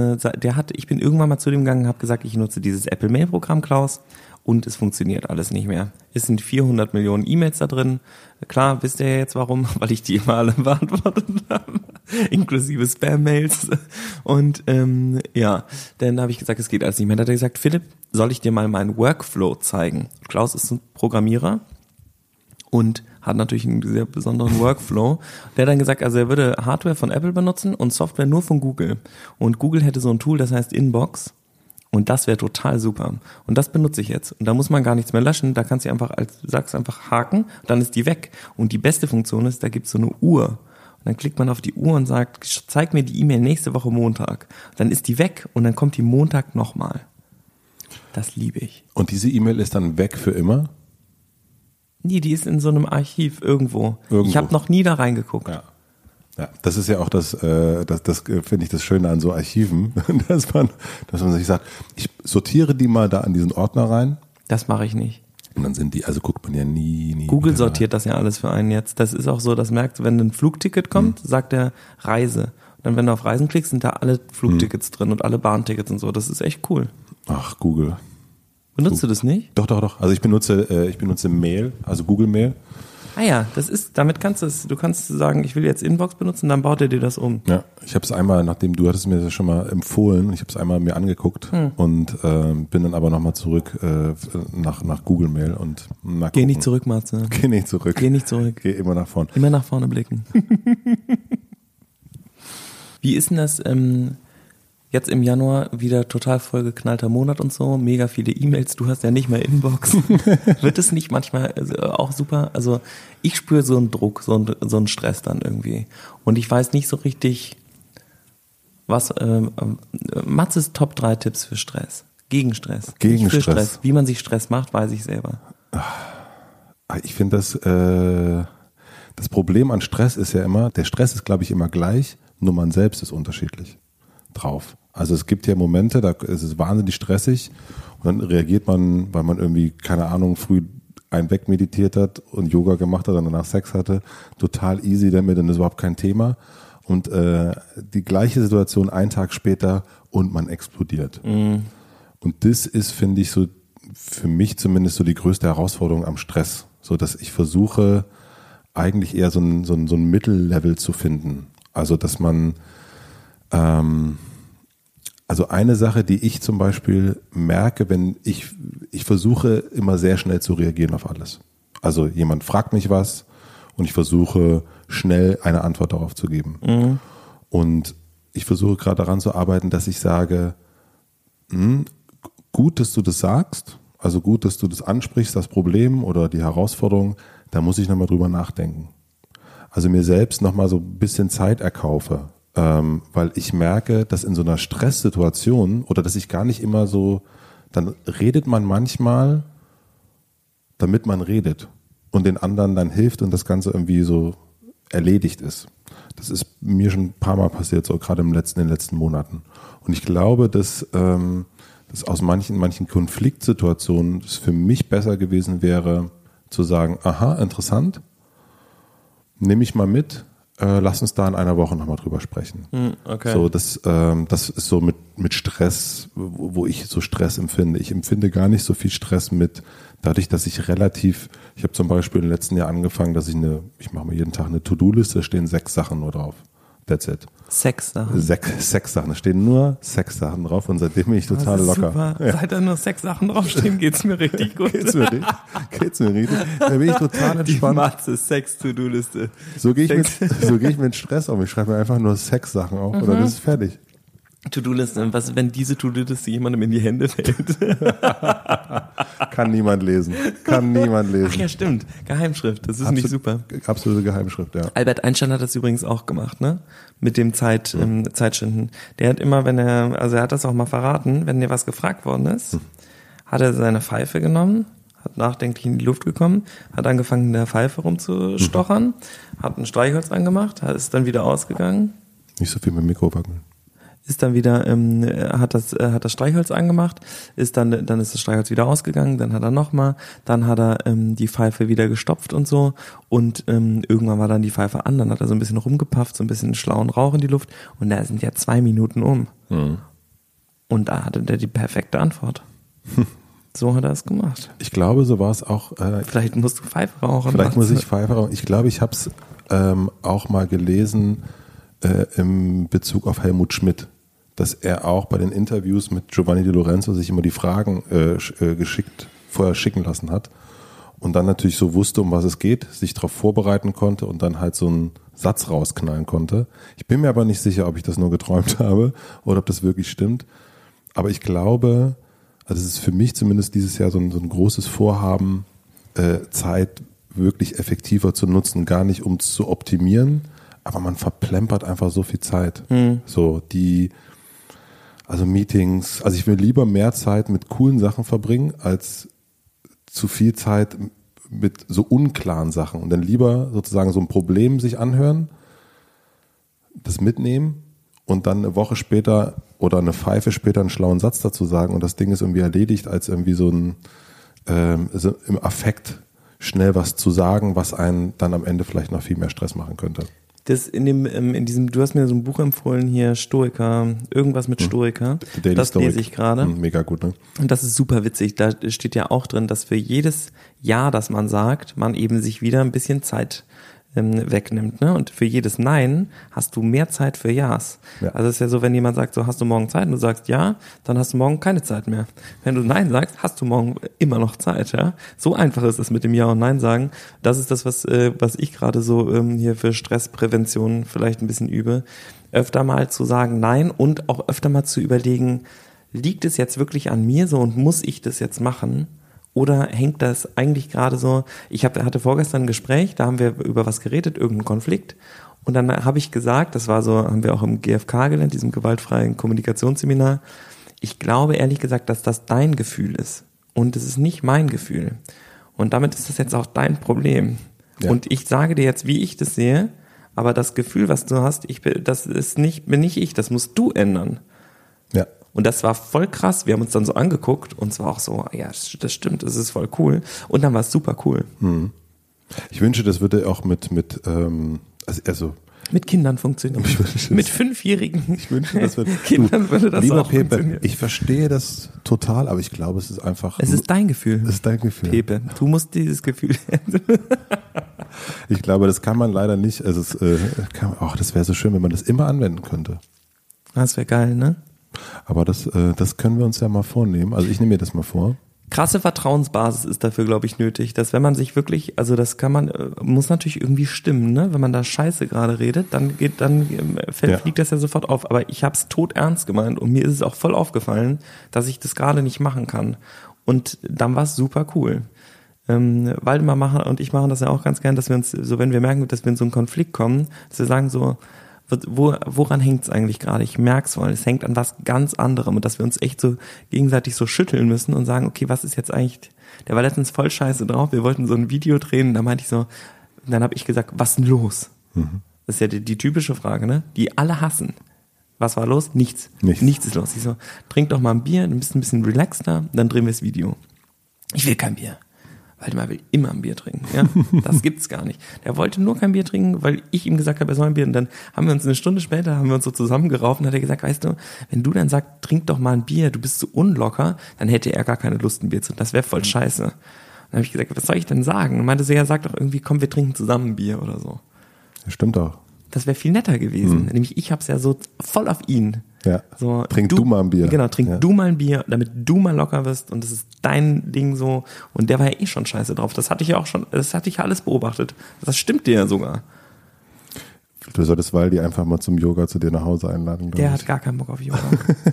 bin irgendwann mal zu dem gegangen und habe gesagt, ich nutze dieses Apple Mail Programm, Klaus, und es funktioniert alles nicht mehr. Es sind 400 Millionen E-Mails da drin. Klar, wisst ihr ja jetzt warum, weil ich die immer alle beantwortet habe, inklusive Spam-Mails. Und dann habe ich gesagt, es geht alles nicht mehr. Dann hat er gesagt, Philipp, soll ich dir mal meinen Workflow zeigen? Klaus ist ein Programmierer und hat natürlich einen sehr besonderen Workflow. Der hat dann gesagt, also er würde Hardware von Apple benutzen und Software nur von Google. Und Google hätte so ein Tool, das heißt Inbox. Und das wäre total super. Und das benutze ich jetzt. Und da muss man gar nichts mehr löschen. Da kannst du sagst einfach haken, dann ist die weg. Und die beste Funktion ist, da gibt's so eine Uhr. Und dann klickt man auf die Uhr und sagt, zeig mir die E-Mail nächste Woche Montag. Dann ist die weg und dann kommt die Montag nochmal. Das liebe ich. Und diese E-Mail ist dann weg für immer? Nee, die ist in so einem Archiv irgendwo. Ich habe noch nie da reingeguckt. Ja, das ist ja auch das finde ich das Schöne an so Archiven, dass man sich sagt, ich sortiere die mal da an diesen Ordner rein. Das mache ich nicht. Und dann sind die, also guckt man ja nie. Google sortiert das ja alles für einen jetzt. Das ist auch so, das merkt, wenn ein Flugticket kommt, sagt er Reise. Und dann, wenn du auf Reisen klickst, sind da alle Flugtickets drin und alle Bahntickets und so. Das ist echt cool. Ach, Google. Benutzt du das nicht? Doch. Also ich benutze Mail, also Google Mail. Ah ja, damit kannst du kannst sagen, ich will jetzt Inbox benutzen, dann baut er dir das um. Ja, ich habe es einmal, nachdem du hattest mir das schon mal empfohlen, ich habe es einmal mir angeguckt und bin dann aber nochmal zurück nach Google Mail und mal Geh nicht zurück, Matze. Geh nicht zurück. Geh immer nach vorne. Immer nach vorne blicken. Wie ist denn das jetzt im Januar wieder total vollgeknallter Monat und so, mega viele E-Mails, du hast ja nicht mehr Inbox. Wird es nicht manchmal auch super? Also ich spüre so einen Druck, so einen Stress dann irgendwie. Und ich weiß nicht so richtig, was Matzes Top 3 Tipps für Stress. Gegen Stress. Gegen für Stress. Wie man sich Stress macht, weiß ich selber. Ich finde das Problem an Stress ist ja immer, der Stress ist glaube ich immer gleich, nur man selbst ist unterschiedlich drauf. Also es gibt ja Momente, da ist es wahnsinnig stressig und dann reagiert man, weil man irgendwie, keine Ahnung, früh einen wegmeditiert hat und Yoga gemacht hat und danach Sex hatte, total easy damit und das ist überhaupt kein Thema. Und die gleiche Situation einen Tag später und man explodiert. Und das ist, finde ich, so für mich zumindest so die größte Herausforderung am Stress. So dass ich versuche, eigentlich eher so ein Mittellevel zu finden. Also dass man also eine Sache, die ich zum Beispiel merke, wenn ich versuche immer sehr schnell zu reagieren auf alles. Also jemand fragt mich was und ich versuche schnell eine Antwort darauf zu geben. Und ich versuche gerade daran zu arbeiten, dass ich sage, gut, dass du das sagst, also gut, dass du das ansprichst, das Problem oder die Herausforderung, da muss ich nochmal drüber nachdenken. Also mir selbst nochmal so ein bisschen Zeit erkaufe. Weil ich merke, dass in so einer Stresssituation oder dass ich gar nicht immer so, dann redet man manchmal, damit man redet und den anderen dann hilft und das Ganze irgendwie so erledigt ist. Das ist mir schon ein paar Mal passiert, so gerade in den letzten Monaten. Und ich glaube, dass aus manchen Konfliktsituationen es für mich besser gewesen wäre, zu sagen, aha, interessant, nehme ich mal mit, lass uns da in einer Woche nochmal drüber sprechen. Okay. So, das ist so mit Stress, wo ich so Stress empfinde. Ich empfinde gar nicht so viel Stress dadurch, dass ich habe zum Beispiel im letzten Jahr angefangen, dass ich mache mir jeden Tag eine To-Do-Liste, da stehen 6 Sachen nur drauf. That's it. Sexsachen. 6 Sachen, da stehen nur Sexsachen drauf und seitdem bin ich total locker. Super. Ja. Seit da nur 6 Sachen draufstehen, geht's mir richtig gut. Geht's mir richtig. Da bin ich total entspannt. Die Matze Sex-To-Do-Liste. So gehe ich mit Stress um. Ich schreibe mir einfach nur Sexsachen auf oder das ist fertig. To-Do-Liste, was, wenn diese To-Do-Liste jemandem in die Hände fällt? Kann niemand lesen. Ach ja, stimmt. Geheimschrift, das ist nicht super. Absolute Geheimschrift, ja. Albert Einstein hat das übrigens auch gemacht, ne? Mit dem Zeitschinden. Der hat immer, er hat das auch mal verraten, wenn dir was gefragt worden ist, hat er seine Pfeife genommen, hat nachdenklich in die Luft gekommen, hat angefangen, in der Pfeife rumzustochern, hat ein Streichholz angemacht, ist dann wieder ausgegangen. Nicht so viel mit Mikro wackeln. Ist dann wieder, hat das Streichholz angemacht, dann ist das Streichholz wieder ausgegangen, dann hat er nochmal, dann hat er die Pfeife wieder gestopft und so und irgendwann war dann die Pfeife an, dann hat er so ein bisschen rumgepafft, so ein bisschen schlauen Rauch in die Luft und da sind ja 2 Minuten um. Und da hatte der die perfekte Antwort. So hat er es gemacht. Ich glaube, so war es auch. Vielleicht musst du Pfeife rauchen. Vielleicht muss ich Pfeife rauchen. Ich glaube, ich habe es auch mal gelesen im Bezug auf Helmut Schmidt, dass er auch bei den Interviews mit Giovanni Di Lorenzo sich immer die Fragen vorher schicken lassen hat und dann natürlich so wusste, um was es geht, sich darauf vorbereiten konnte und dann halt so einen Satz rausknallen konnte. Ich bin mir aber nicht sicher, ob ich das nur geträumt habe oder ob das wirklich stimmt. Aber ich glaube, also es ist für mich zumindest dieses Jahr so ein großes Vorhaben, Zeit wirklich effektiver zu nutzen, gar nicht um es zu optimieren, aber man verplempert einfach so viel Zeit. Also Meetings, also ich will lieber mehr Zeit mit coolen Sachen verbringen, als zu viel Zeit mit so unklaren Sachen. Und dann lieber sozusagen so ein Problem sich anhören, das mitnehmen und dann eine Woche später oder eine Pfeife später einen schlauen Satz dazu sagen und das Ding ist irgendwie erledigt, als irgendwie so im Affekt schnell was zu sagen, was einen dann am Ende vielleicht noch viel mehr Stress machen könnte. Das in diesem, du hast mir so ein Buch empfohlen hier, Stoiker, irgendwas mit Stoiker. Das lese ich gerade. Mega gut, ne? Und das ist super witzig. Da steht ja auch drin, dass für jedes Ja, das man sagt, man eben sich wieder ein bisschen Zeit wegnimmt, ne? Und für jedes Nein hast du mehr Zeit für Ja's. Ja. Also es ist ja so, wenn jemand sagt, so hast du morgen Zeit und du sagst ja, dann hast du morgen keine Zeit mehr. Wenn du Nein sagst, hast du morgen immer noch Zeit, ja? So einfach ist es mit dem Ja und Nein sagen. Das ist das, was ich gerade so hier für Stressprävention vielleicht ein bisschen übe. Öfter mal zu sagen Nein und auch öfter mal zu überlegen, liegt es jetzt wirklich an mir so und muss ich das jetzt machen? Oder hängt das eigentlich gerade so, hatte vorgestern ein Gespräch, da haben wir über was geredet, irgendeinen Konflikt. Und dann habe ich gesagt, das war so, haben wir auch im GfK gelernt, diesem gewaltfreien Kommunikationsseminar. Ich glaube ehrlich gesagt, dass das dein Gefühl ist. Und es ist nicht mein Gefühl. Und damit ist das jetzt auch dein Problem. Ja. Und ich sage dir jetzt, wie ich das sehe, aber das Gefühl, was du hast, bin nicht ich, das musst du ändern. Ja. Und das war voll krass. Wir haben uns dann so angeguckt und es war auch so, ja, das stimmt, das ist voll cool. Und dann war es super cool. Ich wünsche, das würde auch mit Mit Kindern funktioniert. Mit 5-Jährigen Ich wünsche, das wird Kindern würde das lieber auch Pepe, funktionieren. ich verstehe das total, aber ich glaube, es ist einfach. Es ist dein Gefühl. Es ist dein Gefühl. Pepe, du musst dieses Gefühl. Ich glaube, das kann man leider nicht. Also das wäre so schön, wenn man das immer anwenden könnte. Das wäre geil, ne? Aber das können wir uns ja mal vornehmen. Also ich nehme mir das mal vor. Krasse Vertrauensbasis ist dafür, glaube ich, nötig, dass wenn man sich wirklich, also das kann man, muss natürlich irgendwie stimmen, ne? Wenn man da Scheiße gerade redet, fliegt das ja sofort auf. Aber ich habe es todernst gemeint und mir ist es auch voll aufgefallen, dass ich das gerade nicht machen kann. Und dann war es super cool. Waldemar und ich machen das ja auch ganz gern, dass wir uns, so wenn wir merken, dass wir in so einen Konflikt kommen, dass wir sagen so, woran hängt es eigentlich gerade? Ich merk's voll, es hängt an was ganz anderem und dass wir uns echt so gegenseitig so schütteln müssen und sagen, okay, was ist jetzt eigentlich, der war letztens voll scheiße drauf, wir wollten so ein Video drehen, da meinte ich so, dann habe ich gesagt, was ist denn los? Das ist ja die typische Frage, ne? Die alle hassen. Was war los? Nichts ist los. Ich so, trink doch mal ein Bier, dann bist du ein bisschen relaxter, dann drehen wir das Video. Ich will kein Bier. Waldemar will immer ein Bier trinken, ja, das gibt's gar nicht. Der wollte nur kein Bier trinken, weil ich ihm gesagt habe, er soll ein Bier. Und dann haben wir uns eine Stunde später, so zusammengerauft und hat er gesagt, weißt du, wenn du dann sagst, trink doch mal ein Bier, du bist so unlocker, dann hätte er gar keine Lust, ein Bier zu trinken. Das wäre voll scheiße. Dann habe ich gesagt, was soll ich denn sagen? Und meinte so, ja, sag doch irgendwie, komm, wir trinken zusammen ein Bier oder so. Das stimmt auch. Das wäre viel netter gewesen. Nämlich ich hab's ja so voll auf ihn. Ja. So, trink du mal ein Bier. Genau, trink du mal ein Bier, damit du mal locker wirst und das ist dein Ding so. Und der war ja eh schon scheiße drauf. Das hatte ich ja alles beobachtet. Das stimmt dir ja sogar. Du solltest Waldi einfach mal zum Yoga zu dir nach Hause einladen. Der hat gar keinen Bock auf Yoga.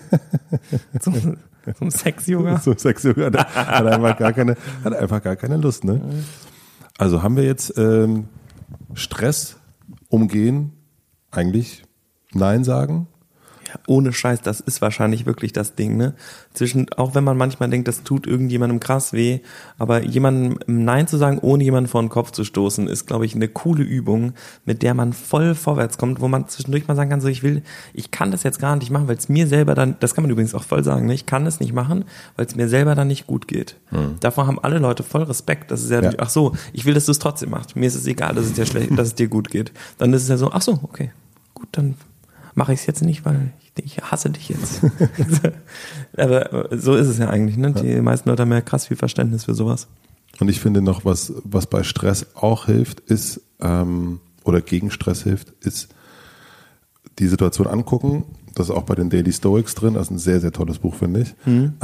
zum Sex-Yoga. Zum Sex-Yoga. Hat einfach gar keine Lust, ne? Also haben wir jetzt Stress umgehen, eigentlich Nein sagen? Ja, ohne Scheiß, das ist wahrscheinlich wirklich das Ding, ne? Auch wenn man manchmal denkt, das tut irgendjemandem krass weh, aber jemandem Nein zu sagen, ohne jemanden vor den Kopf zu stoßen, ist, glaube ich, eine coole Übung, mit der man voll vorwärts kommt, wo man zwischendurch mal sagen kann, so ich kann das jetzt gar nicht machen, weil es mir selber dann, das kann man übrigens auch voll sagen, ne? Ich kann es nicht machen, weil es mir selber dann nicht gut geht. Davor haben alle Leute voll Respekt, das ist ja. Ach so, ich will, dass du es trotzdem machst. Mir ist es egal, dass es dir schlecht, dass es dir gut geht. Dann ist es ja so, ach so, okay, gut, dann mache ich es jetzt nicht, weil ich hasse dich jetzt. Aber so ist es ja eigentlich, ne? Die meisten Leute haben ja krass viel Verständnis für sowas. Und ich finde noch, was bei Stress auch hilft, ist, oder gegen Stress hilft, ist die Situation angucken. Das ist auch bei den Daily Stoics drin. Das ist ein sehr, sehr tolles Buch, finde ich.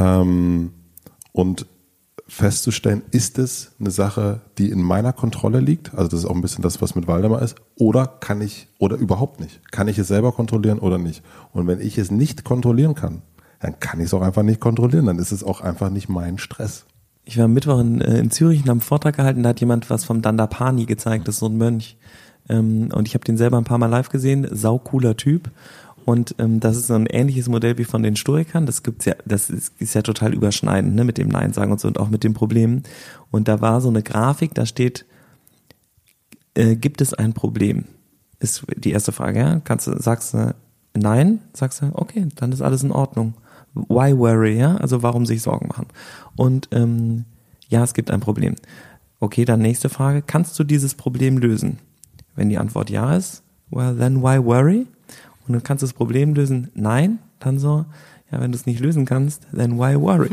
Und festzustellen, ist es eine Sache, die in meiner Kontrolle liegt? Also das ist auch ein bisschen das, was mit Waldemar ist. Oder überhaupt nicht? Kann ich es selber kontrollieren oder nicht? Und wenn ich es nicht kontrollieren kann, dann kann ich es auch einfach nicht kontrollieren. Dann ist es auch einfach nicht mein Stress. Ich war am Mittwoch in Zürich und habe einen Vortrag gehalten, da hat jemand was vom Dandapani gezeigt, das ist so ein Mönch. Und ich habe den selber ein paar Mal live gesehen, saucooler Typ. Und das ist so ein ähnliches Modell wie von den Stoikern. Das ist ja total überschneidend, ne, mit dem Nein sagen und so und auch mit den Problemen. Und da war so eine Grafik, da steht, gibt es ein Problem? Ist die erste Frage, ja? Sagst du nein? Sagst du, okay, dann ist alles in Ordnung. Why worry, ja? Also warum sich Sorgen machen? Und ja, es gibt ein Problem. Okay, dann nächste Frage, kannst du dieses Problem lösen? Wenn die Antwort ja ist, well, then why worry? Und dann kannst du das Problem lösen, nein, dann so, ja, wenn du es nicht lösen kannst, then why worry?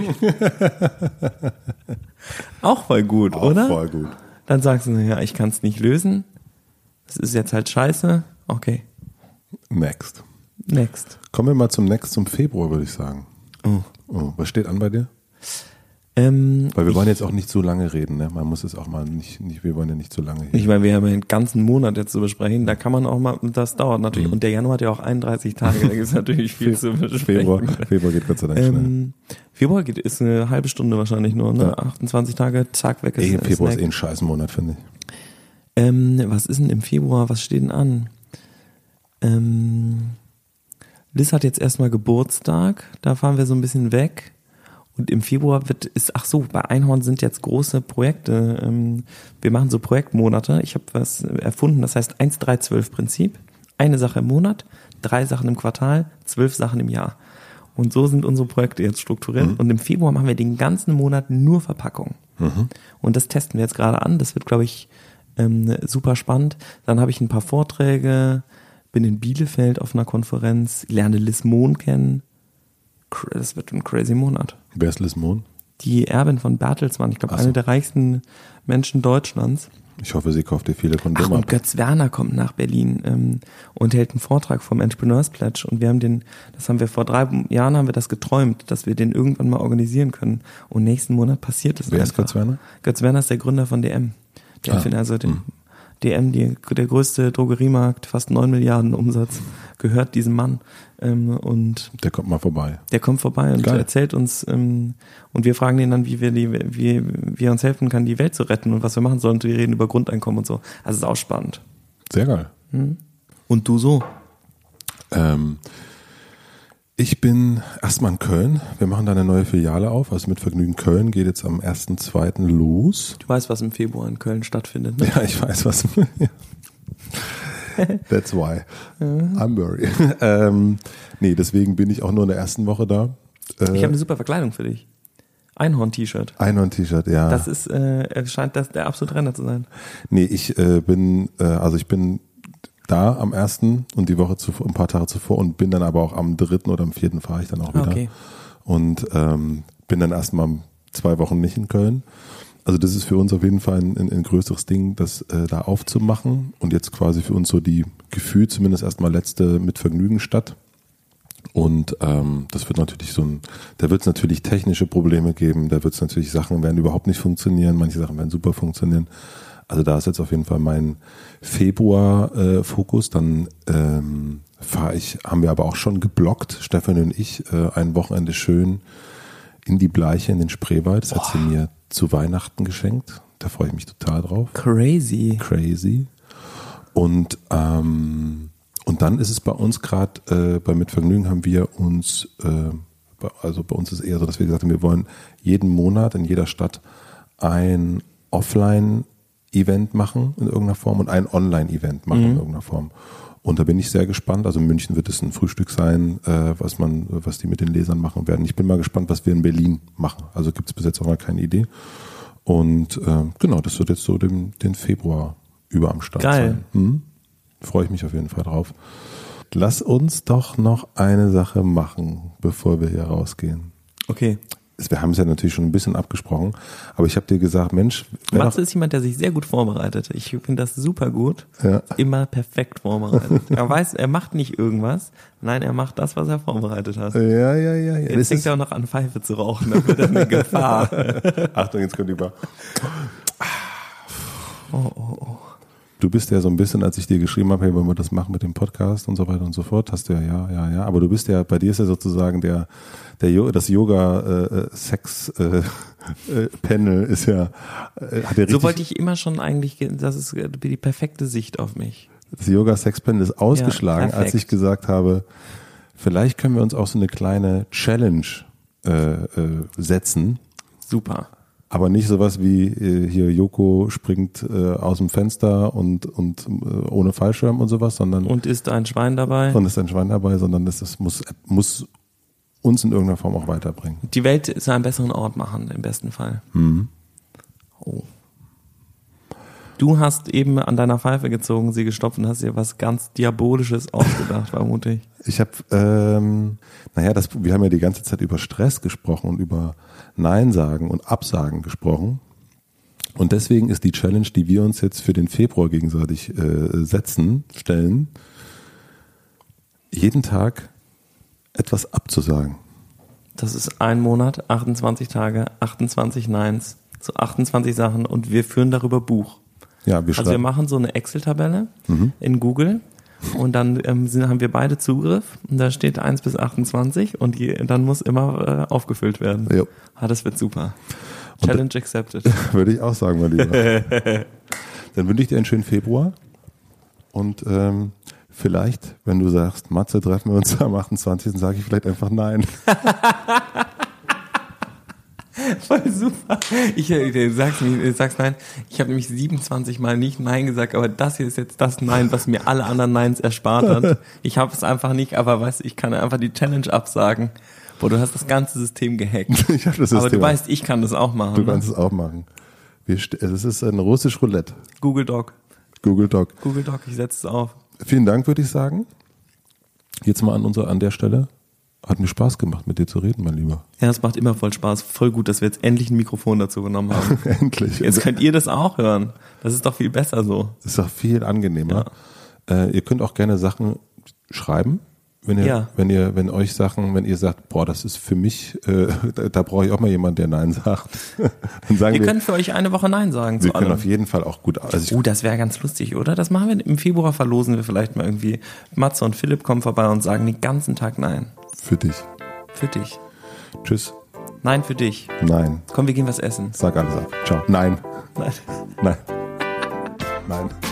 Auch voll gut, auch oder? Voll gut. Dann sagst du, ja, ich kann es nicht lösen, es ist jetzt halt scheiße, okay. Next. Kommen wir mal zum Februar, würde ich sagen. Oh, was steht an bei dir? Weil wir wollen jetzt auch nicht zu lange reden, ne? Man muss es auch mal nicht, wir wollen ja nicht zu lange hier. Ich meine, wir haben ja den ganzen Monat jetzt zu besprechen, da kann man auch mal, das dauert natürlich. Und der Januar hat ja auch 31 Tage, da gibt es natürlich viel zu besprechen. Februar geht Gott sei Dank schnell. Februar ist eine halbe Stunde wahrscheinlich nur, ne? Ja. 28 Tage, zack, weg ist Februar ist ein scheiß Monat, finde ich. Was ist denn im Februar, was steht denn an? Liz hat jetzt erstmal Geburtstag, da fahren wir so ein bisschen weg. Und im Februar bei Einhorn sind jetzt große Projekte. Wir machen so Projektmonate. Ich habe was erfunden, das heißt 1-3-12-Prinzip. Eine Sache im Monat, 3 Sachen im Quartal, 12 Sachen im Jahr. Und so sind unsere Projekte jetzt strukturiert. Und im Februar machen wir den ganzen Monat nur Verpackung. Und das testen wir jetzt gerade an. Das wird, glaube ich, super spannend. Dann habe ich ein paar Vorträge. bin in Bielefeld auf einer Konferenz, lerne Liz Mohn kennen. Das wird ein crazy Monat. Wer ist Liz Mohn? Die Erbin von Bertelsmann, ich glaube, eine der reichsten Menschen Deutschlands. Ich hoffe, sie kauft dir viele Kondome. Und Götz Werner kommt nach Berlin und hält einen Vortrag vom Entrepreneurs Pledge. Und wir haben vor 3 Jahren haben wir das geträumt, dass wir den irgendwann mal organisieren können. Und nächsten Monat passiert es. Wer ist Götz Werner? Götz Werner ist der Gründer von DM. DM, der größte Drogeriemarkt, fast 9 Milliarden Umsatz, gehört diesem Mann. Und der kommt mal vorbei. Der kommt vorbei und erzählt uns, und wir fragen ihn dann, wie er uns helfen kann, die Welt zu retten und was wir machen sollen. Und wir reden über Grundeinkommen und so. Also es ist auch spannend. Sehr geil. Und du so? Ich bin erstmal in Köln. Wir machen da eine neue Filiale auf. Also mit Vergnügen Köln geht jetzt am 1.2. los. Du weißt, was im Februar in Köln stattfindet, ne? Ja, ich weiß, was. That's why. I'm worried. Nee, deswegen bin ich auch nur in der ersten Woche da. Ich habe eine super Verkleidung für dich. Einhorn-T-Shirt. Einhorn-T-Shirt, ja. Das ist, scheint das der absolute Renner zu sein. Nee, ich bin da am 1. und die Woche zuvor, ein paar Tage zuvor und bin dann aber auch am 3. oder am 4. fahre ich dann auch wieder. Okay. Und bin dann erstmal 2 Wochen nicht in Köln. Also das ist für uns auf jeden Fall ein größeres Ding, das da aufzumachen und jetzt quasi für uns so die Gefühl zumindest erstmal letzte mit Vergnügen statt. Und das wird natürlich da wird es natürlich technische Probleme geben, da wird es natürlich Sachen werden überhaupt nicht funktionieren, manche Sachen werden super funktionieren. Also da ist jetzt auf jeden Fall mein Februar-Fokus. Dann haben wir aber auch schon geblockt, Stefan und ich, ein Wochenende schön in die Bleiche, in den Spreewald. Das hat sie mir zu Weihnachten geschenkt. Da freue ich mich total drauf. Crazy. Und dann ist es bei uns gerade, bei Mitvergnügen haben wir uns, also bei uns ist es eher so, dass wir gesagt haben, wir wollen jeden Monat in jeder Stadt ein Offline-Event machen in irgendeiner Form und ein Online-Event machen in irgendeiner Form. Und da bin ich sehr gespannt. Also in München wird es ein Frühstück sein, was die mit den Lesern machen werden. Ich bin mal gespannt, was wir in Berlin machen. Also gibt es bis jetzt auch mal keine Idee. Und genau, das wird jetzt so den Februar über am Start sein. Freue ich mich auf jeden Fall drauf. Lass uns doch noch eine Sache machen, bevor wir hier rausgehen. Okay. Wir haben es ja natürlich schon ein bisschen abgesprochen, aber ich habe dir gesagt, Mensch. Matze ist jemand, der sich sehr gut vorbereitet. Ich finde das super gut. Ja. Immer perfekt vorbereitet. Er weiß, er macht nicht irgendwas. Nein, er macht das, was er vorbereitet hat. Ja. Jetzt fängt er auch noch an, Pfeife zu rauchen. Das wird eine Gefahr. Achtung, jetzt kommt über. Oh. Du bist ja so ein bisschen, als ich dir geschrieben habe, hey, wollen wir das machen mit dem Podcast und so weiter und so fort, hast du ja. Aber du bist ja, bei dir ist ja sozusagen das Yoga-Sex-Panel ist ja, hat ja richtig. So wollte ich immer schon eigentlich, das ist die perfekte Sicht auf mich. Das Yoga-Sex-Panel ist ausgeschlagen, als ich gesagt habe, vielleicht können wir uns auch so eine kleine Challenge setzen. Super. Aber nicht sowas wie hier Joko springt aus dem Fenster und ohne Fallschirm und sowas, sondern und ist ein Schwein dabei, sondern das muss uns in irgendeiner Form auch weiterbringen. Die Welt zu einem besseren Ort machen, im besten Fall. Oh. Du hast eben an deiner Pfeife gezogen, sie gestopft und hast dir was ganz Diabolisches ausgedacht, vermute ich. Ich habe, wir haben ja die ganze Zeit über Stress gesprochen und über Nein sagen und Absagen gesprochen. Und deswegen ist die Challenge, die wir uns jetzt für den Februar gegenseitig stellen, jeden Tag etwas abzusagen. Das ist ein Monat, 28 Tage, 28 Neins zu 28 Sachen und wir führen darüber Buch. Ja, wir machen so eine Excel-Tabelle in Google und dann haben wir beide Zugriff und da steht 1 bis 28 und dann muss immer aufgefüllt werden. Ja. Das wird super. Challenge accepted. Würde ich auch sagen, mein Lieber. Dann wünsche ich dir einen schönen Februar und vielleicht, wenn du sagst, Matze, treffen wir uns am 28., sage ich vielleicht einfach nein. Voll super. Sag's nein. Ich habe nämlich 27 Mal nicht Nein gesagt, aber das hier ist jetzt das Nein, was mir alle anderen Neins erspart hat. Ich habe es einfach nicht, aber weißt du, ich kann einfach die Challenge absagen. Boah, du hast das ganze System gehackt. Ich hab das System. Aber du weißt, ich kann das auch machen. Du kannst es auch machen. Es ist ein russisch Roulette. Google Doc, Google Doc, ich setze es auf. Vielen Dank, würde ich sagen. Jetzt mal an der Stelle. Hat mir Spaß gemacht, mit dir zu reden, mein Lieber. Ja, es macht immer voll Spaß. Voll gut, dass wir jetzt endlich ein Mikrofon dazu genommen haben. Endlich. Jetzt könnt ihr das auch hören. Das ist doch viel besser so. Das ist doch viel angenehmer. Ja. Ihr könnt auch gerne Sachen schreiben, wenn ihr sagt, boah, das ist für mich, da brauche ich auch mal jemanden, der Nein sagt. Dann sagen wir können für euch eine Woche Nein sagen. Wir können auf jeden Fall auch gut. Also das wäre ganz lustig, oder? Das machen wir im Februar, verlosen wir vielleicht mal irgendwie. Matze und Philipp kommen vorbei und sagen den ganzen Tag Nein. Für dich. Für dich. Tschüss. Nein für dich. Nein. Komm, wir gehen was essen. Sag alles ab. Ciao. Nein. Nein. Nein. Nein.